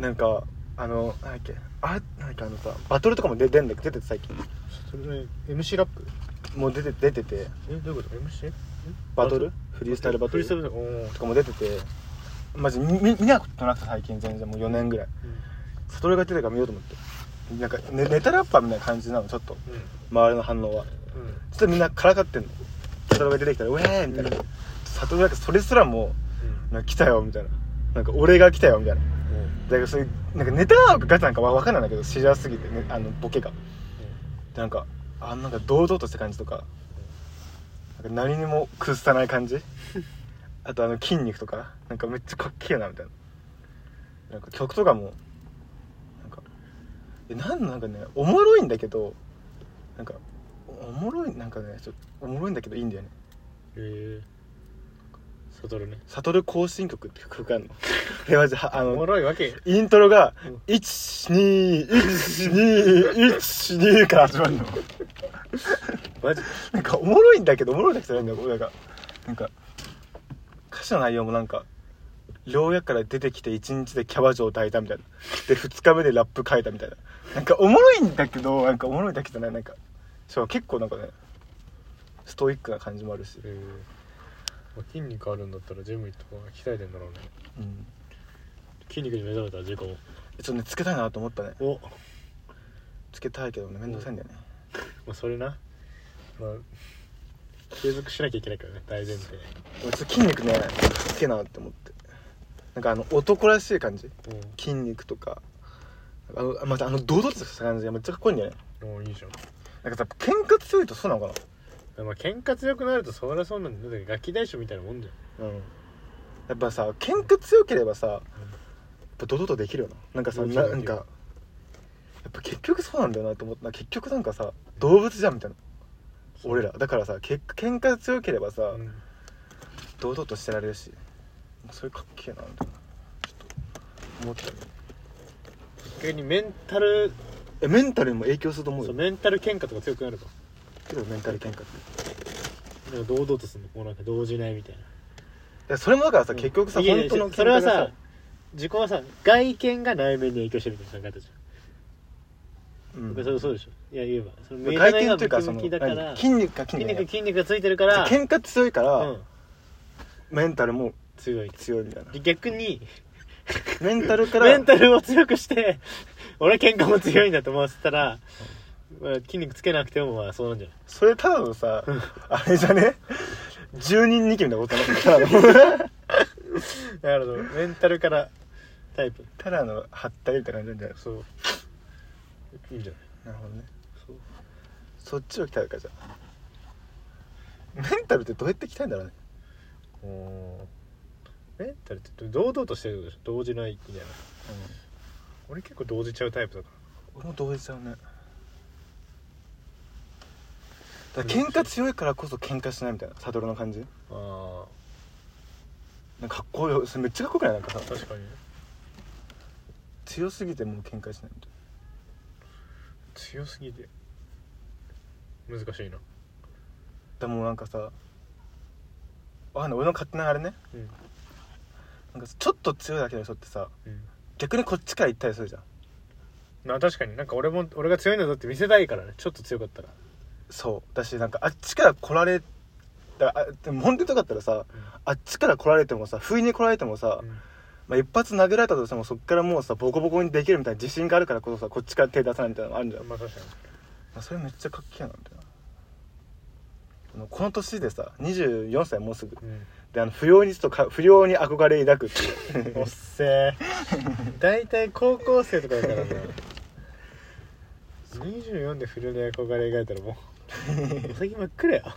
なんかあのなんだっけあれなんかあのさバトルとかも出てんだけど出てて最近それ、ね、エムシー ラップもう出て出ててえどういうこと エムシー？ バトルフリースタイルバトルとかも出ててマジ 見, 見なことなくて最近全然もうよねんぐらい、うん、それが出てるから見ようと思ってなんか、ね、ネタラッパーみたいな感じなのちょっと、うん、周りの反応は、うん、ちょっとみんなからかってんのサトルが出てきたらウェーみたいな、うん、サトルなんかそれすらも、うん、なんか来たよみたいななんか俺が来たよみたいな、うん、だからそういうなんかネタなのかガチなんか分かんないんだけどシリアスすぎて、ね、あのボケが、うん、なんかあなんか堂々とした感じとか、なんか何にも屈さない感じあとあの筋肉とかなんかめっちゃかっけえなみたいな、なんか曲とかもなんかえなんなんかねおもろいんだけどなんかおもろいなんかねちょっとおもろいんだけどいいんだよね。 へえサトルねサトル行進曲って曲があるのでマジあのおもろいわけイントロがいちにいちにいちにから始まるのマジなんかおもろいんだけどおもろいだけじゃないんだよ俺がなんか歌詞の内容もなんか牢屋から出てきていちにちでキャバ嬢を抱いたみたいなでふつかめでラップ書いたみたいななんかおもろいんだけどなんかおもろいだけじゃないなんかそう結構なんかねストイックな感じもあるし、えー、筋肉あるんだったらジム行った方が鍛えてんだろうね、うん、筋肉に目覚めたら自己もちょっとねつけたいなと思ったね。おつけたいけどねめんどくさいんだよね。 まあそれな、まあ継続しなきゃいけないからね大前提。 ちょっと筋肉ねつけなって思ってなんかあの男らしい感じ、うん、筋肉とかあのまたあの堂々とした感じがめっちゃかっこいいんだよね。 おいいじゃん。 なんかさ喧嘩強いとそうなのかな。まあ喧嘩強くなるとそりゃそうなんだよ。ガキ大将みたいなもんじゃん。うん。 やっぱさ喧嘩強ければさ、うん、やっぱ堂々とできるよな。なんかさななんかやっぱ結局そうなんだよなと思った。結局なんかさ動物じゃんみたいな。俺らだからさけ喧嘩強ければさ、うん、堂々としてられるしそれかっけえなみたいなちょっと思ってたね。 逆にメンタルえメンタルにも影響すると思うよ。 そうメンタル喧嘩とか強くなるかけどメンタル喧嘩ってなんか堂々とするのもうなんか動じないみたいな。いやそれもだからさ、うん、結局さいやいや本当のそれはさ自己はさ外見が内面に影響してるみたいな考えたじゃん。うん、それそうでしょ。いや言えばその見た目がムキムキだから筋肉か筋肉筋肉筋肉がついてるから喧嘩強いから、うん、メンタルも強い強いみたいな。 逆にメンタルからメンタルを強くして俺喧嘩も強いんだと思わせたら、まあ、筋肉つけなくてもまあそうなんじゃない。 それただのさあれじゃねじゅうにんにきみたいなことになってただなるほど、メンタルからタイプ、 ただのはったりみたいな感じなんじゃない。 そういいんじゃない。 なるほどね。 そうそっちを鍛えるか。じゃあメンタルってどうやって鍛えるんだろうね。 おメンタルって堂々としてるでしょ、動じないみたいな、うん、俺結構動じちゃうタイプだから。 俺も動じちゃうね。だから喧嘩強いからこそ喧嘩しないみたいなサドルの感じ。 ああなんかかっこいい。それめっちゃかっこよくない？なんかさ、 確かに強すぎてもう喧嘩しないみたいな。 強すぎて難しいな。 でもなんかさ、わかんない、俺の勝手なあれね、 うん、 なんかちょっと強いだけの人ってさ、 うん、 逆にこっちから行ったりするじゃん。 まあ確かになんか俺も俺が強いんだぞって見せたいからね、ちょっと強かったら。 そうだし、なんかあっちから来られだあでも本当に強かったらさ、うん、あっちから来られてもさ、不意に来られてもさ、うん、まあ、一発殴られたとしてもそっからもうさボコボコにできるみたいな自信があるからこそさ、こっちから手出さないみたいなのあるんじゃん。まあ確かに、まあ、それめっちゃかっけえなみたいな。この年でさにじゅうよんさいもうすぐ、うん、であの不良にちょっとか不良に憧れ抱くっていうおっせー大体高校生とかだからなにじゅうよんで不良に憧れ描いたらもうお先真っ暗や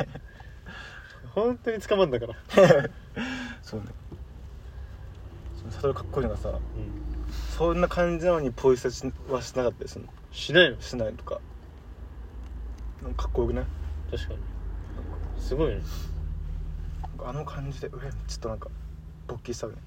本当に捕まんだからそうね。それかっこいいのがさ、うん、そんな感じなのにポイ捨てはしなかったりするの。 しないの？ しないとかなんかかっこよくない？ 確かにすごいね。 あの感じで上ちょっとなんか勃起したね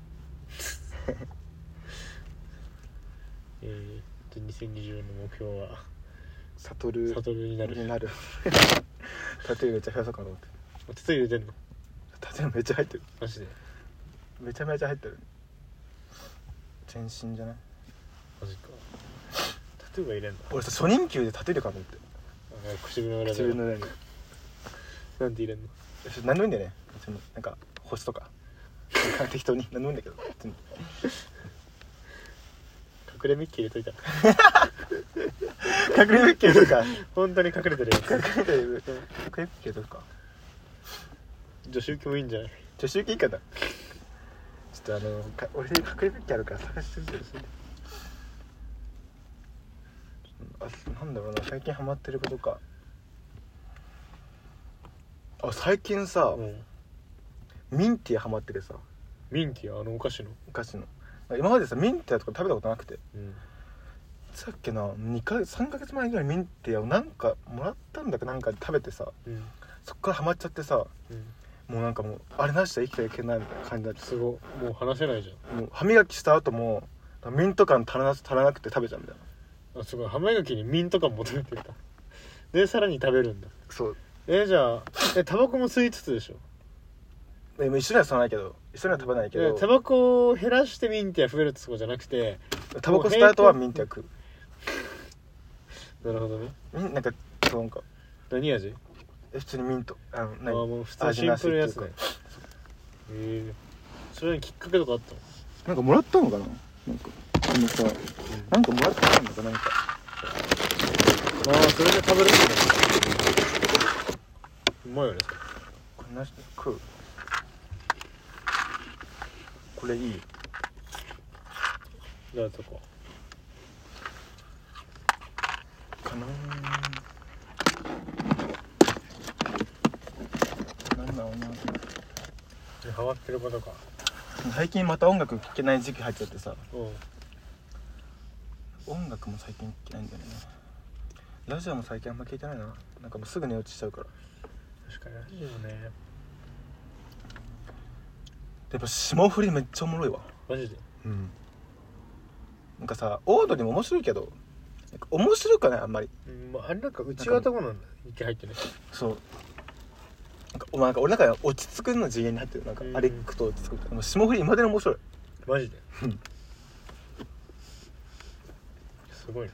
えーとにせんにじゅうよねんの目標はサトルサトルになるになるタトゥーめっちゃ増やそうかなと思って。 タトゥー入れてんの？ タトゥーめっちゃ入ってる。 マジでめちゃめちゃ入ってる。全身じゃない？ マジか。タトゥーが入れんの？ 俺さ初任給でタトゥー入れるかと思って。 あ、唇の裏で。 唇の裏になんで入れんの？ 何でもいいんだよね。なんか星とか適当に何でもいいんだけど隠れミッキー入れといた隠れミッキーとか本当に隠れてるやつ。 隠れてる隠れミッキーとか女子受けもいいんじゃない？ 女子受けいいかな。ちょっとあのか俺に隠れミッキーあるから探してみてほしい。あ、なんだろうな、最近ハマってることか。あ、最近さ、うん、ミンティアハマっててさ。 ミンティア、あのお菓子のお菓子の今までさミンティアとか食べたことなくて、うん、さっきなにかげつさんかげつまえぐらいミンティアをなんかもらったんだかなんかで食べてさ、うん、そっからハマっちゃってさ、うん、もうなんかもうあれなしで生きてはいけないみたいな感じになって。 すごい、もう話せないじゃん。 もう歯磨きした後もミント感足らな、足らなくて食べちゃうみたいな。あ、すごい、歯磨きにミント感求めてたでさらに食べるんだ。 そう。 えー、じゃあえタバコも吸いつつでしょ？ 一緒には吸わないけど、一緒には食べないけど、 タバコを減らしてミンティア増えるってそうじゃなくて、 タバコスタートはミンティア食うなるほどね。 なんかそうなんか何味？ え普通にミント。あの何？ あ、もう普通にシンプルなやつね。へえ。それにきっかけとかあったの？ なんかもらったのかな。なんかあのさ、うん、なんかもらったのかなんか。 ああ、それで食べれるんだ。うまいよね。 これなしで食う。これいい。 じゃあそこかなー。なんだろうな。 ハマってることか。 最近また音楽聴けない時期入っちゃってさ。 うん、 音楽も最近聴けないんだよね。ラジオも最近あんま聴いてないな。なんかもうすぐ寝落ちしちゃうから。 確かにラジオね。 やっぱ霜降りめっちゃおもろいわ。 マジで？ うん。なんかさ、オードリーも面白いけど、なんか面白くないあんまり。 うん、まあ、あれなんか内輪とこなんだ。息入ってね。 そう。なんかお前なんか俺なんか落ち着くの次元に入ってる。なんかアレックと落ち着くみたいな。もう霜降り今でも面白い。 マジで？すごいな。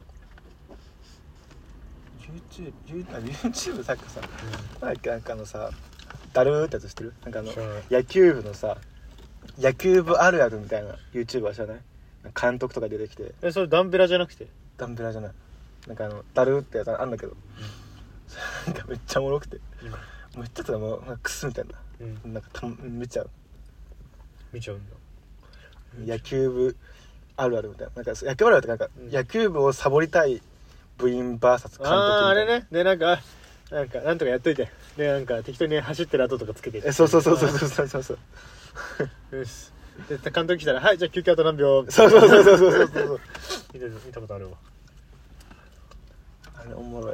YouTube、YouTube さっきさ、うん、なんかあのさ、ダルーってやつ知ってる？なんかあの野球部のさ、野球部あるあるみたいな YouTuber 知らない？監督とか出てきて。 え、それダンベラじゃなくて？ ダンベラじゃない。なんかあのダルーってやつあるんだけど、うん、なんかめっちゃおもろくて、うん、 めっちゃたらもうなんかクスみたいな、 うん、 なんかた見ちゃう見ちゃうんだ。野球部あるあるみたいな、なんか野球部あるあるってなんか、うん、野球部をサボりたい部員 ブイエス 監督みたいな。 あああれね。でなんかなんかなんとかやっといて、でなんか適当に走ってる後とかつけて、 えそうそうそうそうそうそうそうよしで監督来たらはいじゃあ休憩あと何秒、 そうそうそうそうそうそうそう見た見たことあるわ。 あれおもろい。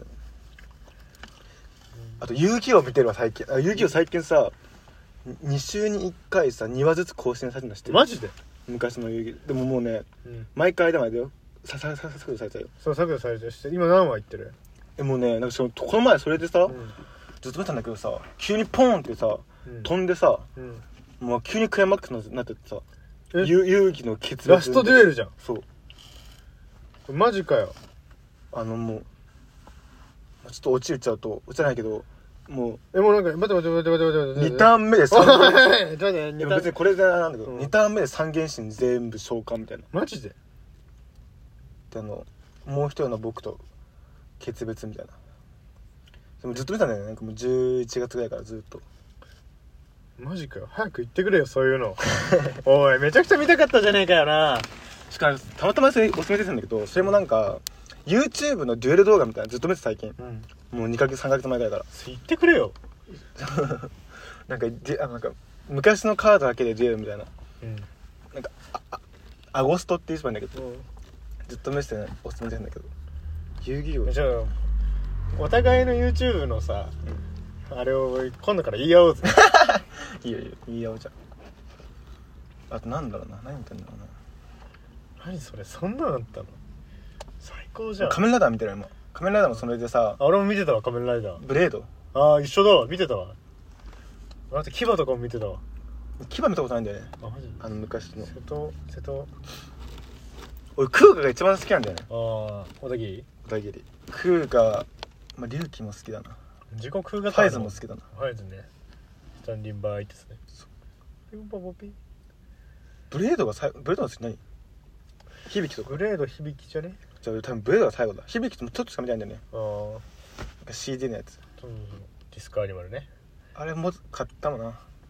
あと遊戯王見てるわ最近。あ遊戯王最近さに週にいっかいさにわずつ更新されてるの知ってる？ マジで？ 昔の遊戯王でももうね、うん、毎回でもあれだよ、さささ削除されちゃうよ。 そう削除されちゃうして今何話いってる？ えもうねなんかそのこの前それでさ、うん、ずっと見たんだけどさ急にポーンってさ、うん、飛んでさ、うん、もう急にクライマックスになっててさ遊戯の決ラストデュエルじゃん。 そうマジかよ。あのもうちょっと落ち打っちゃうと落ちないけどもうえもうなんか待って待って待って待って待ってにターン目でさん別にこれでなんだけど、うん、にターン目でさん原神全部召喚みたいな。 マジで？ であのもう一人の僕と決別みたいな。でもずっと見たんだよね、なんかもうじゅういちがつぐらいからずっと。 マジかよ、早く言ってくれよそういうのおいめちゃくちゃ見たかったじゃねえかよな。 しかもたまたまそれおすすめ出てたんだけど、それもなんか YouTube のデュエル動画みたいなずっと見て最近、うん、もうにかげつさんかげつまえぐらいから。 言ってくれよなんかあなんか昔のカードだけでデュエルみたいな、うん、なんかああアゴストっていう人なんだけど、うん、ずっと見てて、ね、おすすめしてんだけど遊戯王。 じゃあお互いの YouTube のさ、うん、あれを今度から言い合おうぜいいよいいよ言い合おうじゃん。あとなんだろうな、何見てんだろうな。 何それ、そんなのあったの？最高じゃん。 仮面ライダー見てる今。仮面ライダーもそれでさ、 あ俺も見てたわ仮面ライダー。 ブレード、 ああ一緒だわ、見てたわ。あと牙とかも見てたわ。 牙見たことないんだよね。あマジ？あの昔の瀬戸瀬戸俺クーガが一番好きなんだよね。 ああ小田切小田切クーガ、まあ龍騎も好きだな。 自己クーガファイズも好きだな。 ファイズね、スタンディンバイですね。ピンポポピ。 ブレードがさいブレードが好き何？響きとか。 ブレード響きじゃね？ じゃあ多分ブレードが最後だ。響きともちょっとしか見たいんだよね。ああ。なんか シーディー のやつ。 そうそうそう。ディスクアニマルね。 あれも買ったもんな。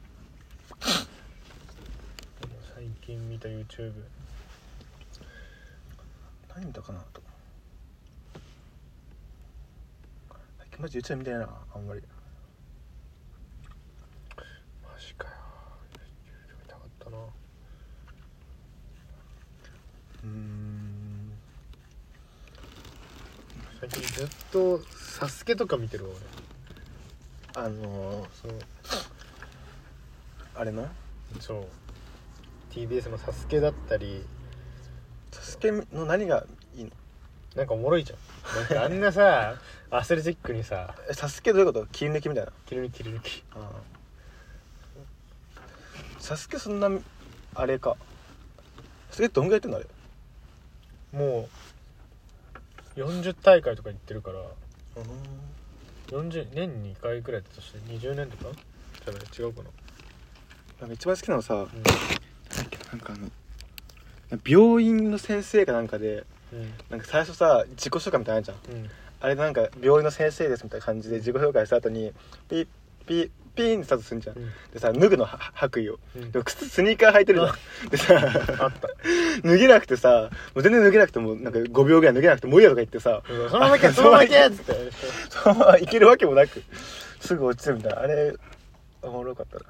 最近見た YouTube。 何見たかなと。最近マジ YouTube 見てないなあんまり。 マジかよ。YouTube 見たかったな。うーん。最近ずっとサスケとか見てるわ俺。あのー、そうあれのそう ティービーエス のサスケだったり。 サスケの何がいいの？ なんかおもろいじゃん。なんかあんなさアスレチックにさサスケどういうこと？切り抜きみたいな。 切り抜き切り抜き。ああサスケそんなあれか。サスケどんぐらいやってんのあれ？ もうよんじゅう大会とか行ってるから。よんじゅう年にいっかいくらいだとしてにじゅうねんとかじゃない違うかな。 なんか一番好きなのさ、うん、なんかあの病院の先生かなんかで、うん、なんか最初さ自己紹介みたいなのあるじゃん、うん、あれなんか病院の先生ですみたいな感じで自己紹介した後にピッピッピーンってスタートするんじゃん、うん、でさ脱ぐの白衣を、うん、でも靴スニーカー履いてるじゃんでさあった脱げなくてさもう全然脱げなくてもなんかごびょうぐらい脱げなくてもういいやとか言ってさ、 うん、そのままいけそのままいけっつってそのままいけるわけもなくすぐ落ちるみたいな。あれおもろかったな。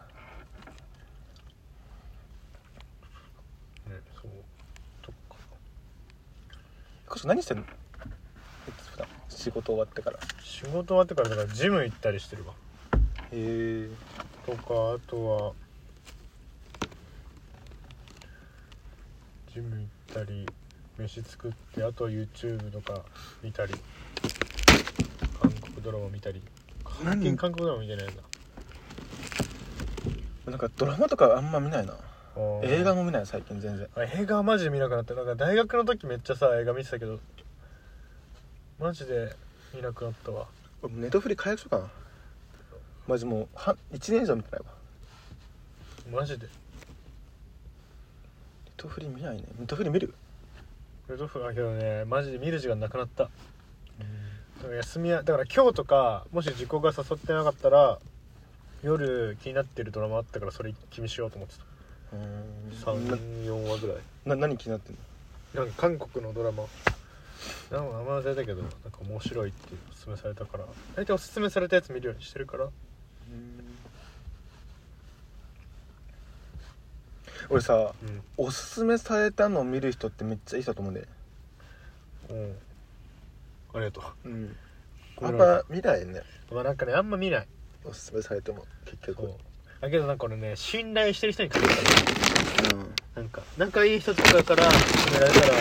何してんの？仕事終わってから。 仕事終わってからだからジム行ったりしてるわ。 へえ。 とかあとはジム行ったり飯作ってあとは YouTube とか見たり韓国ドラマ見たり。最近韓国ドラマ見てないんだ。 なんかドラマとかあんま見ないな。映画も見ない最近全然。 映画はマジで見なくなって、なんか大学の時めっちゃさ映画見てたけどマジで見なくなったわ。 ネトフリ解約しようかな。マジもうはいちねん以上見てないわマジで。ネトフリ見ないね。ネトフリ見る？ ネトフリだけどねマジで見る時間なくなった。だから休みやだから今日とかもし時刻が誘ってなかったら夜気になってるドラマあったからそれ一気見しようと思ってた。さん、よんわぐらい。 な何気になってんの？ なんか韓国のドラマなんか名前忘れたけどなんか面白いっておすすめされたから大体おすすめされたやつ見るようにしてるから。うん俺さ、 うん、 おすすめされたのを見る人ってめっちゃいい人だと思うんで。 うんありがとう。 うんあんま見ないね。 まあなんかねあんま見ないおすすめされても結局。 だけどなんか俺ね信頼してる人に限ったら、 うん、 なんか仲いい人とかから勧められたら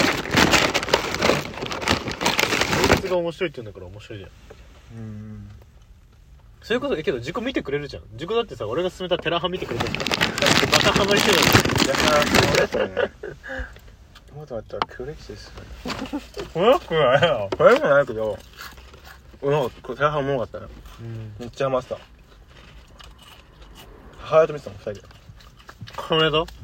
そいつが面白いって言うんだから面白いじゃん。うんそういうことだけど自己見てくれるじゃん。自己だってさ俺が勧めたテラハ見てくれたんだからバカハマりしてるいやーそうですね。もっと待ったら黒歴史ですよね。 怖くないよ。 怖くないけど俺のテラハおもろかったね、うん、めっちゃハマってた。母親と見てたもんふたりで。 おめでとう。うん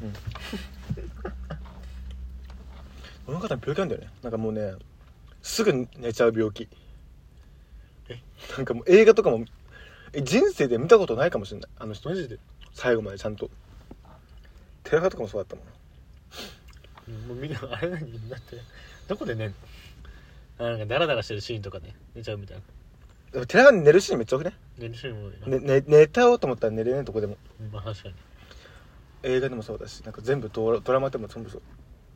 この方病気なんだよね。なんかもうねすぐ寝ちゃう病気。えなんかもう映画とかもえ人生で見たことないかもしれないあの人。 マジで最後までちゃんと。テラハとかもそうだったもん。 もうみんなあれ何だってどこで寝んの？あなんかダラダラしてるシーンとかね寝ちゃうみたいな。 でもテラハ寝るシーンめっちゃ多くね。 寝るシーンも多いな、 ねね、寝たようと思ったら寝れないとこでも。 まあ確かに映画でもそうだしなんか全部ドラ、ドラマでも全部そう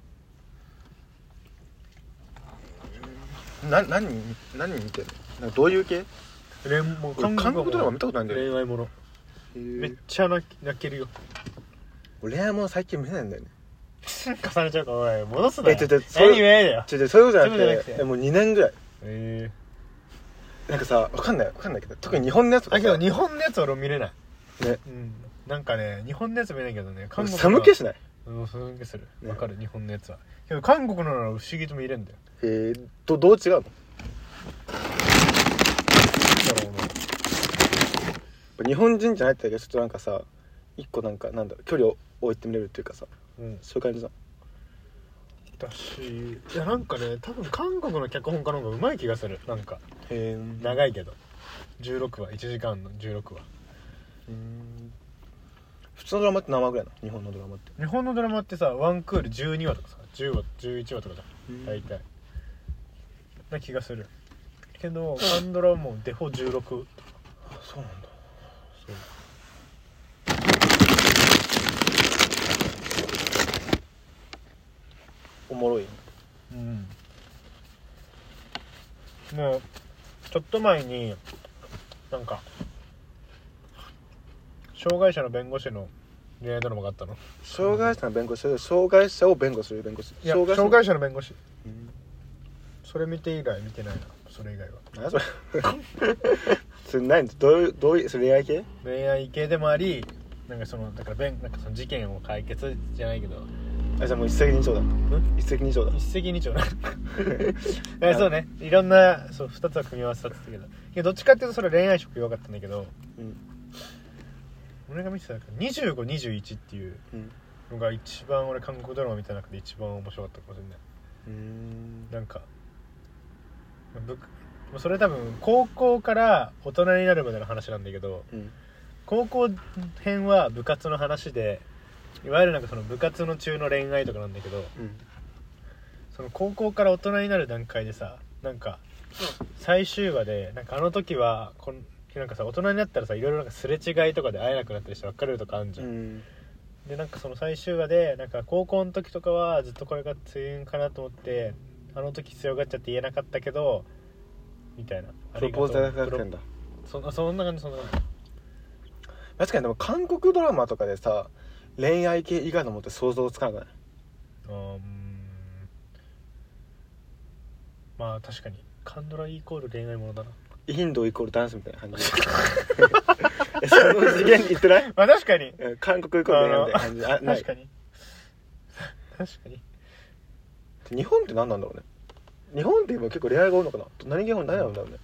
。な何何見てるの？なんかどういう系？ 恋も韓国ドラマ見たことないんだよ。 恋愛ものめっちゃ泣けるよ。 恋愛もの最近見ないんだよね。 重ねちゃうからおい戻すなよ。 えちょちょそれ何言えだよ。 ちょちょそういうことじゃなくてえもうにねんぐらい。 えー、なんかさわかんないわかんないけど特に日本のやつとかさ。 だけど日本のやつ俺見れないね。 うんなんかね日本のやつ見れないけどね韓国寒気しない？ うん寒気するわ、 ね、 かる日本のやつは。けど韓国のなら不思議と見れるんだよ。 えー、どどう違うの？日本人じゃないってだけどちょっとなんかさ一個なんかなんだろう距離を置いてみれるっていうかさ、うん、そういう感じだ。 だしいやなんかね多分韓国の脚本家の方がうまい気がする。なんかへ長いけどじゅうろくわいちじかんのじゅうろくわ。うーん普通のドラマって何話ぐらいなの？日本のドラマって。 日本のドラマってさワンクールじゅうにわとかさじゅうわじゅういちわとかじゃん大体な気がするけど韓ドラはもうデフォじゅうろく。 あそうなんだ。そうおもろい。 うんもうちょっと前になんか障害者の弁護士の恋愛ドラマがあったの。 障害者の弁護士障害者を弁護する弁護士。 いや障害者、障害者の弁護士、うん、それ見て以来見てないな。それ以外は何それそれ何どういうどういうそれ恋愛系恋愛系でもありなんかそのだから弁なんかその事件を解決じゃないけどあじゃあもう一石二鳥だ。一石二鳥だ。 一石二鳥だそうねいろんなそう二つは組み合わせたって言ったけどいやどっちかっていうとそれ恋愛色弱かったんだけど、うん、俺が見てたにじゅうご、にじゅういちっていうのが一番俺韓国ドラマ見た中で一番面白かったかもしれない。うーんなんかそれ多分高校から大人になるまでの話なんだけど、うん、高校編は部活の話でいわゆるなんかその部活の中の恋愛とかなんだけど、うん、その高校から大人になる段階でさなんか最終話でなんかあの時はこんなんかさ大人になったらさいろいろなんかすれ違いとかで会えなくなったりして別れるとかあるじゃん、うん、でなんかその最終話でなんか高校の時とかはずっとこれが強いんかなと思ってあの時強がっちゃって言えなかったけどみたいなプロポーズがかかってんだ。 そ, そんな感じそんな感じ。 確かにでも韓国ドラマとかでさ恋愛系以外のもって想像つかなくない？あーうんまあ確かにカンドライコール恋愛ものだな。 インドイコールダンスみたいな感じでその次元に言ってない？ まあ確かに韓国イコール恋愛みたいな感じであない？ 確かに確かに日本って何なんだろうね。日本って今結構恋愛が多いのかな。何が何なんだろうね。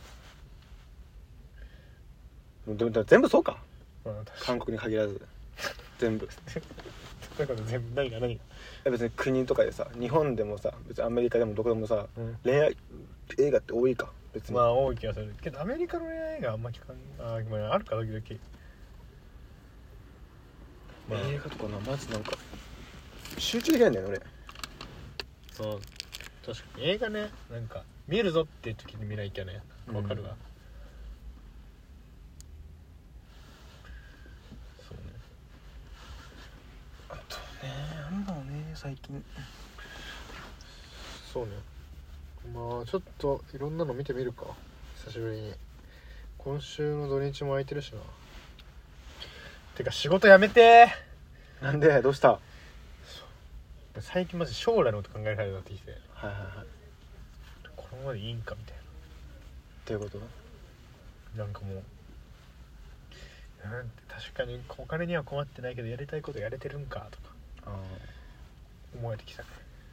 でも全部そうか、まあ、韓国に限らず全部だから全部何が何が別に国とかでさ日本でもさ別にアメリカでもどこでもさ、うん、恋愛映画って多いか別に。 まあ多い気がするけどアメリカの恋愛映画あんま聞かん あ, あるか時々 まあ、映画とかなマジなんか集中できないんだよね俺。うん確かに映画ねなんか見るぞっていう時に見ないきゃねわかるわ、うん、そうね。 あとねなんだろうね最近そうねまあちょっといろんなの見てみるか久しぶりに。今週の土日も空いてるしな。てか仕事辞めてーなんでどうした。 最近マジ将来のこと考えられるようになってきて、 はいはいはい、 このままでいいんかみたいな。 どういうこと。 なんかもうなんて確かにお金には困ってないけどやりたいことやれてるんかとか思えてきたね。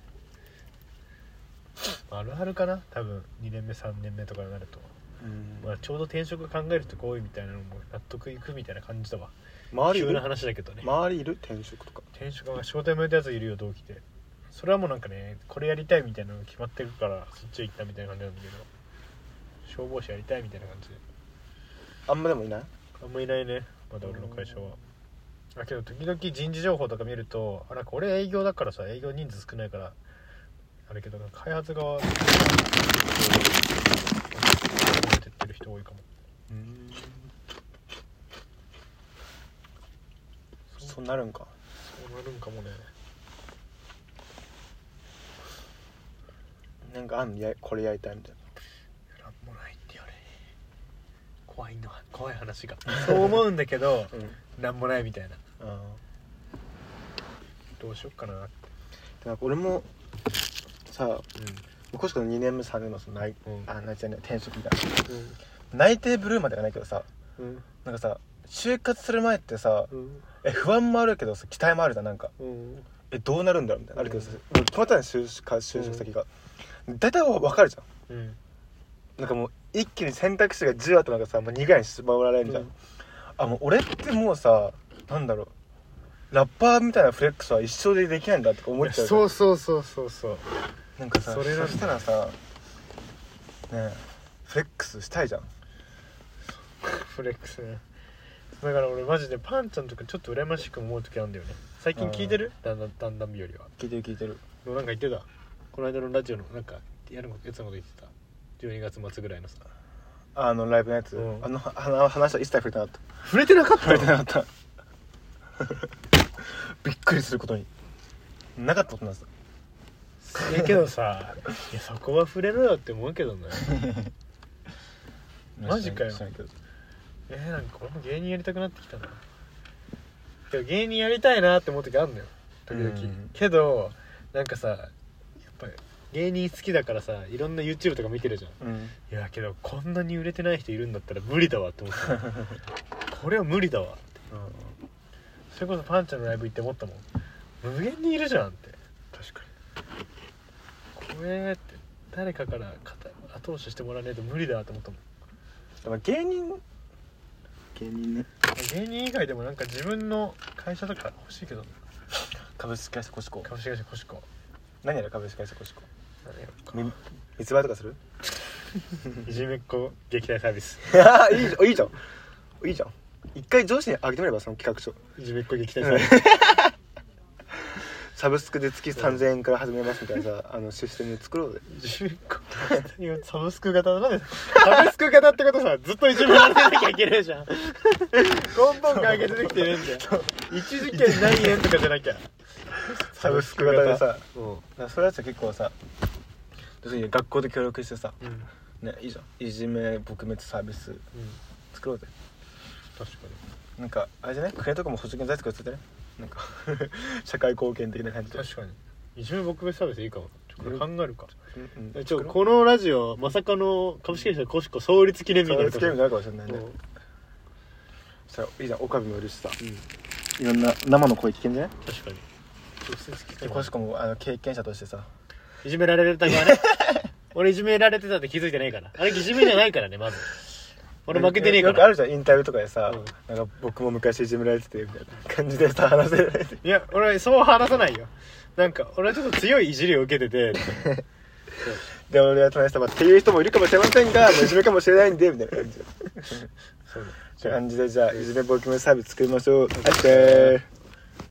あるあるかな多分にねんめさんねんめとかになると、うんまあ、ちょうど転職考える人が多いみたいなのも納得いくみたいな感じだわ。 周りいる急な話だけどね。 周りいる転職とか。 転職は仕事辞めたやついるよ同期で。それはもうなんかねこれやりたいみたいなのが決まってるからそっちへ行ったみたいな感じなんだけど、消防士やりたいみたいな感じで。 あんまでもいない。 あんまいないねまだ俺の会社は。だけど時々人事情報とか見るとあなんか俺営業だからさ営業人数少ないからあれけど開発側ってってる人多いかも。 うーんそうなるんか。 そうなるんかもね。 なんかあんのやこれやりたいみたいな。なんもないってよね。怖いの怖い話が。そう思うんだけど、うん、なんもないみたいな。あどうしよっかなって。 なんか俺もさ、うん、コシコのにねんめさんねんめのその内、うん、あ内定ね転職みたいな、うん、内定ブルーまではないけどさ、うん、なんかさ就活する前ってさ、うん、え不安もあるけどさ期待もあるじゃんなんか、うん、えどうなるんだろうみたいな、うん、あるけどさ決まったね就職就職先が、うん、大体分かるじゃん、うん、なんかもう一気に選択肢がじゅうあったのがさもうにかいに絞られるじゃん、うん、あもう俺ってもうさなんだろうラッパーみたいなフレックスは一生でできないんだとか思っちゃう。 そうそうそうそうそうなんかさ そ, れそしたらさねえフレックスしたいじゃん。 フレックスね。だから俺マジでパンちゃんとかちょっと羨ましく思う時あるんだよね。最近聞いてる？だんだんだんだん日よりは聞いてる聞いてる。 なんか言ってたこの間のラジオのなんかやるやつのこと言ってたじゅうにがつ末ぐらいのさあのライブのやつ、うん、あの話は一切触れてなかった。 触れてなかった触れてなかったびっくりすることになかったことなんですよ。いやけどさいやそこは触れろよって思うけどねマジかよ。えー、なんか俺も芸人やりたくなってきたな。けど芸人やりたいなって思う時あるんだよ時々、うん、けどなんかさやっぱり芸人好きだからさいろんな YouTube とか見てるじゃん、うん、いやけどこんなに売れてない人いるんだったら無理だわって思ったこれは無理だわって、うん、それこそパンちゃんのライブ行って思ったもん無限にいるじゃんって。 確かにこれって誰かから後押ししてもらわないと無理だわって思ったもん。 だから芸人芸人ね芸人以外でもなんか自分の会社とか欲しいけど株式会社コシコ株式会社コシコ何やる株式会社コシコ何やるか密売とかするいじめっ子撃退サービスいいじゃんいいじゃんいいじゃん一回上司にあげてみればその企画書いじめっ子撃退サービスサブスクで月さんぜんえんから始めますみたいなさあのシステム作ろうぜ。 いじめっ子サブスク型なんでサブスク型ってことさずっといじめられてなきゃいけないじゃん根本解決できてねえんだよ一時券何円とかじゃなきゃサブスク型でさ、うん、それやつは結構さ要するに学校で協力してさ、うん、ねいいじゃんいじめ撲滅サービス、うん、作ろうぜ。 確かになんかあれじゃない国とかも補助金財作ってねなんか社会貢献的な感じで。 確かにいじめ撲滅サービスいいかも。ちょっと考えるか、うんうん、ちょこのラジオまさかの株式会社コシコ創立記念日になる創立記念日になるかもしれないね。そしたらいいじゃんオカビもいるしさ、うん、いろんな生の声聞けんじゃない。 確かにコシコもあの経験者としてさいじめられた側ね俺いじめられてたって気づいてないからあれいじめじゃないからねまず俺負けてねえから。 よくあるじゃんインタビューとかでさ、うん、なんか僕も昔いじめられててみたいな感じでさ話せない。 いや俺はそう話さないよ。なんか俺はちょっと強いいじりを受けててで俺は隣さんっていう人もいるかもしれませんがいじめかもしれないんでみたいな感じそうだ感じでじゃあいじめ撲滅サービス作りましょう。あってー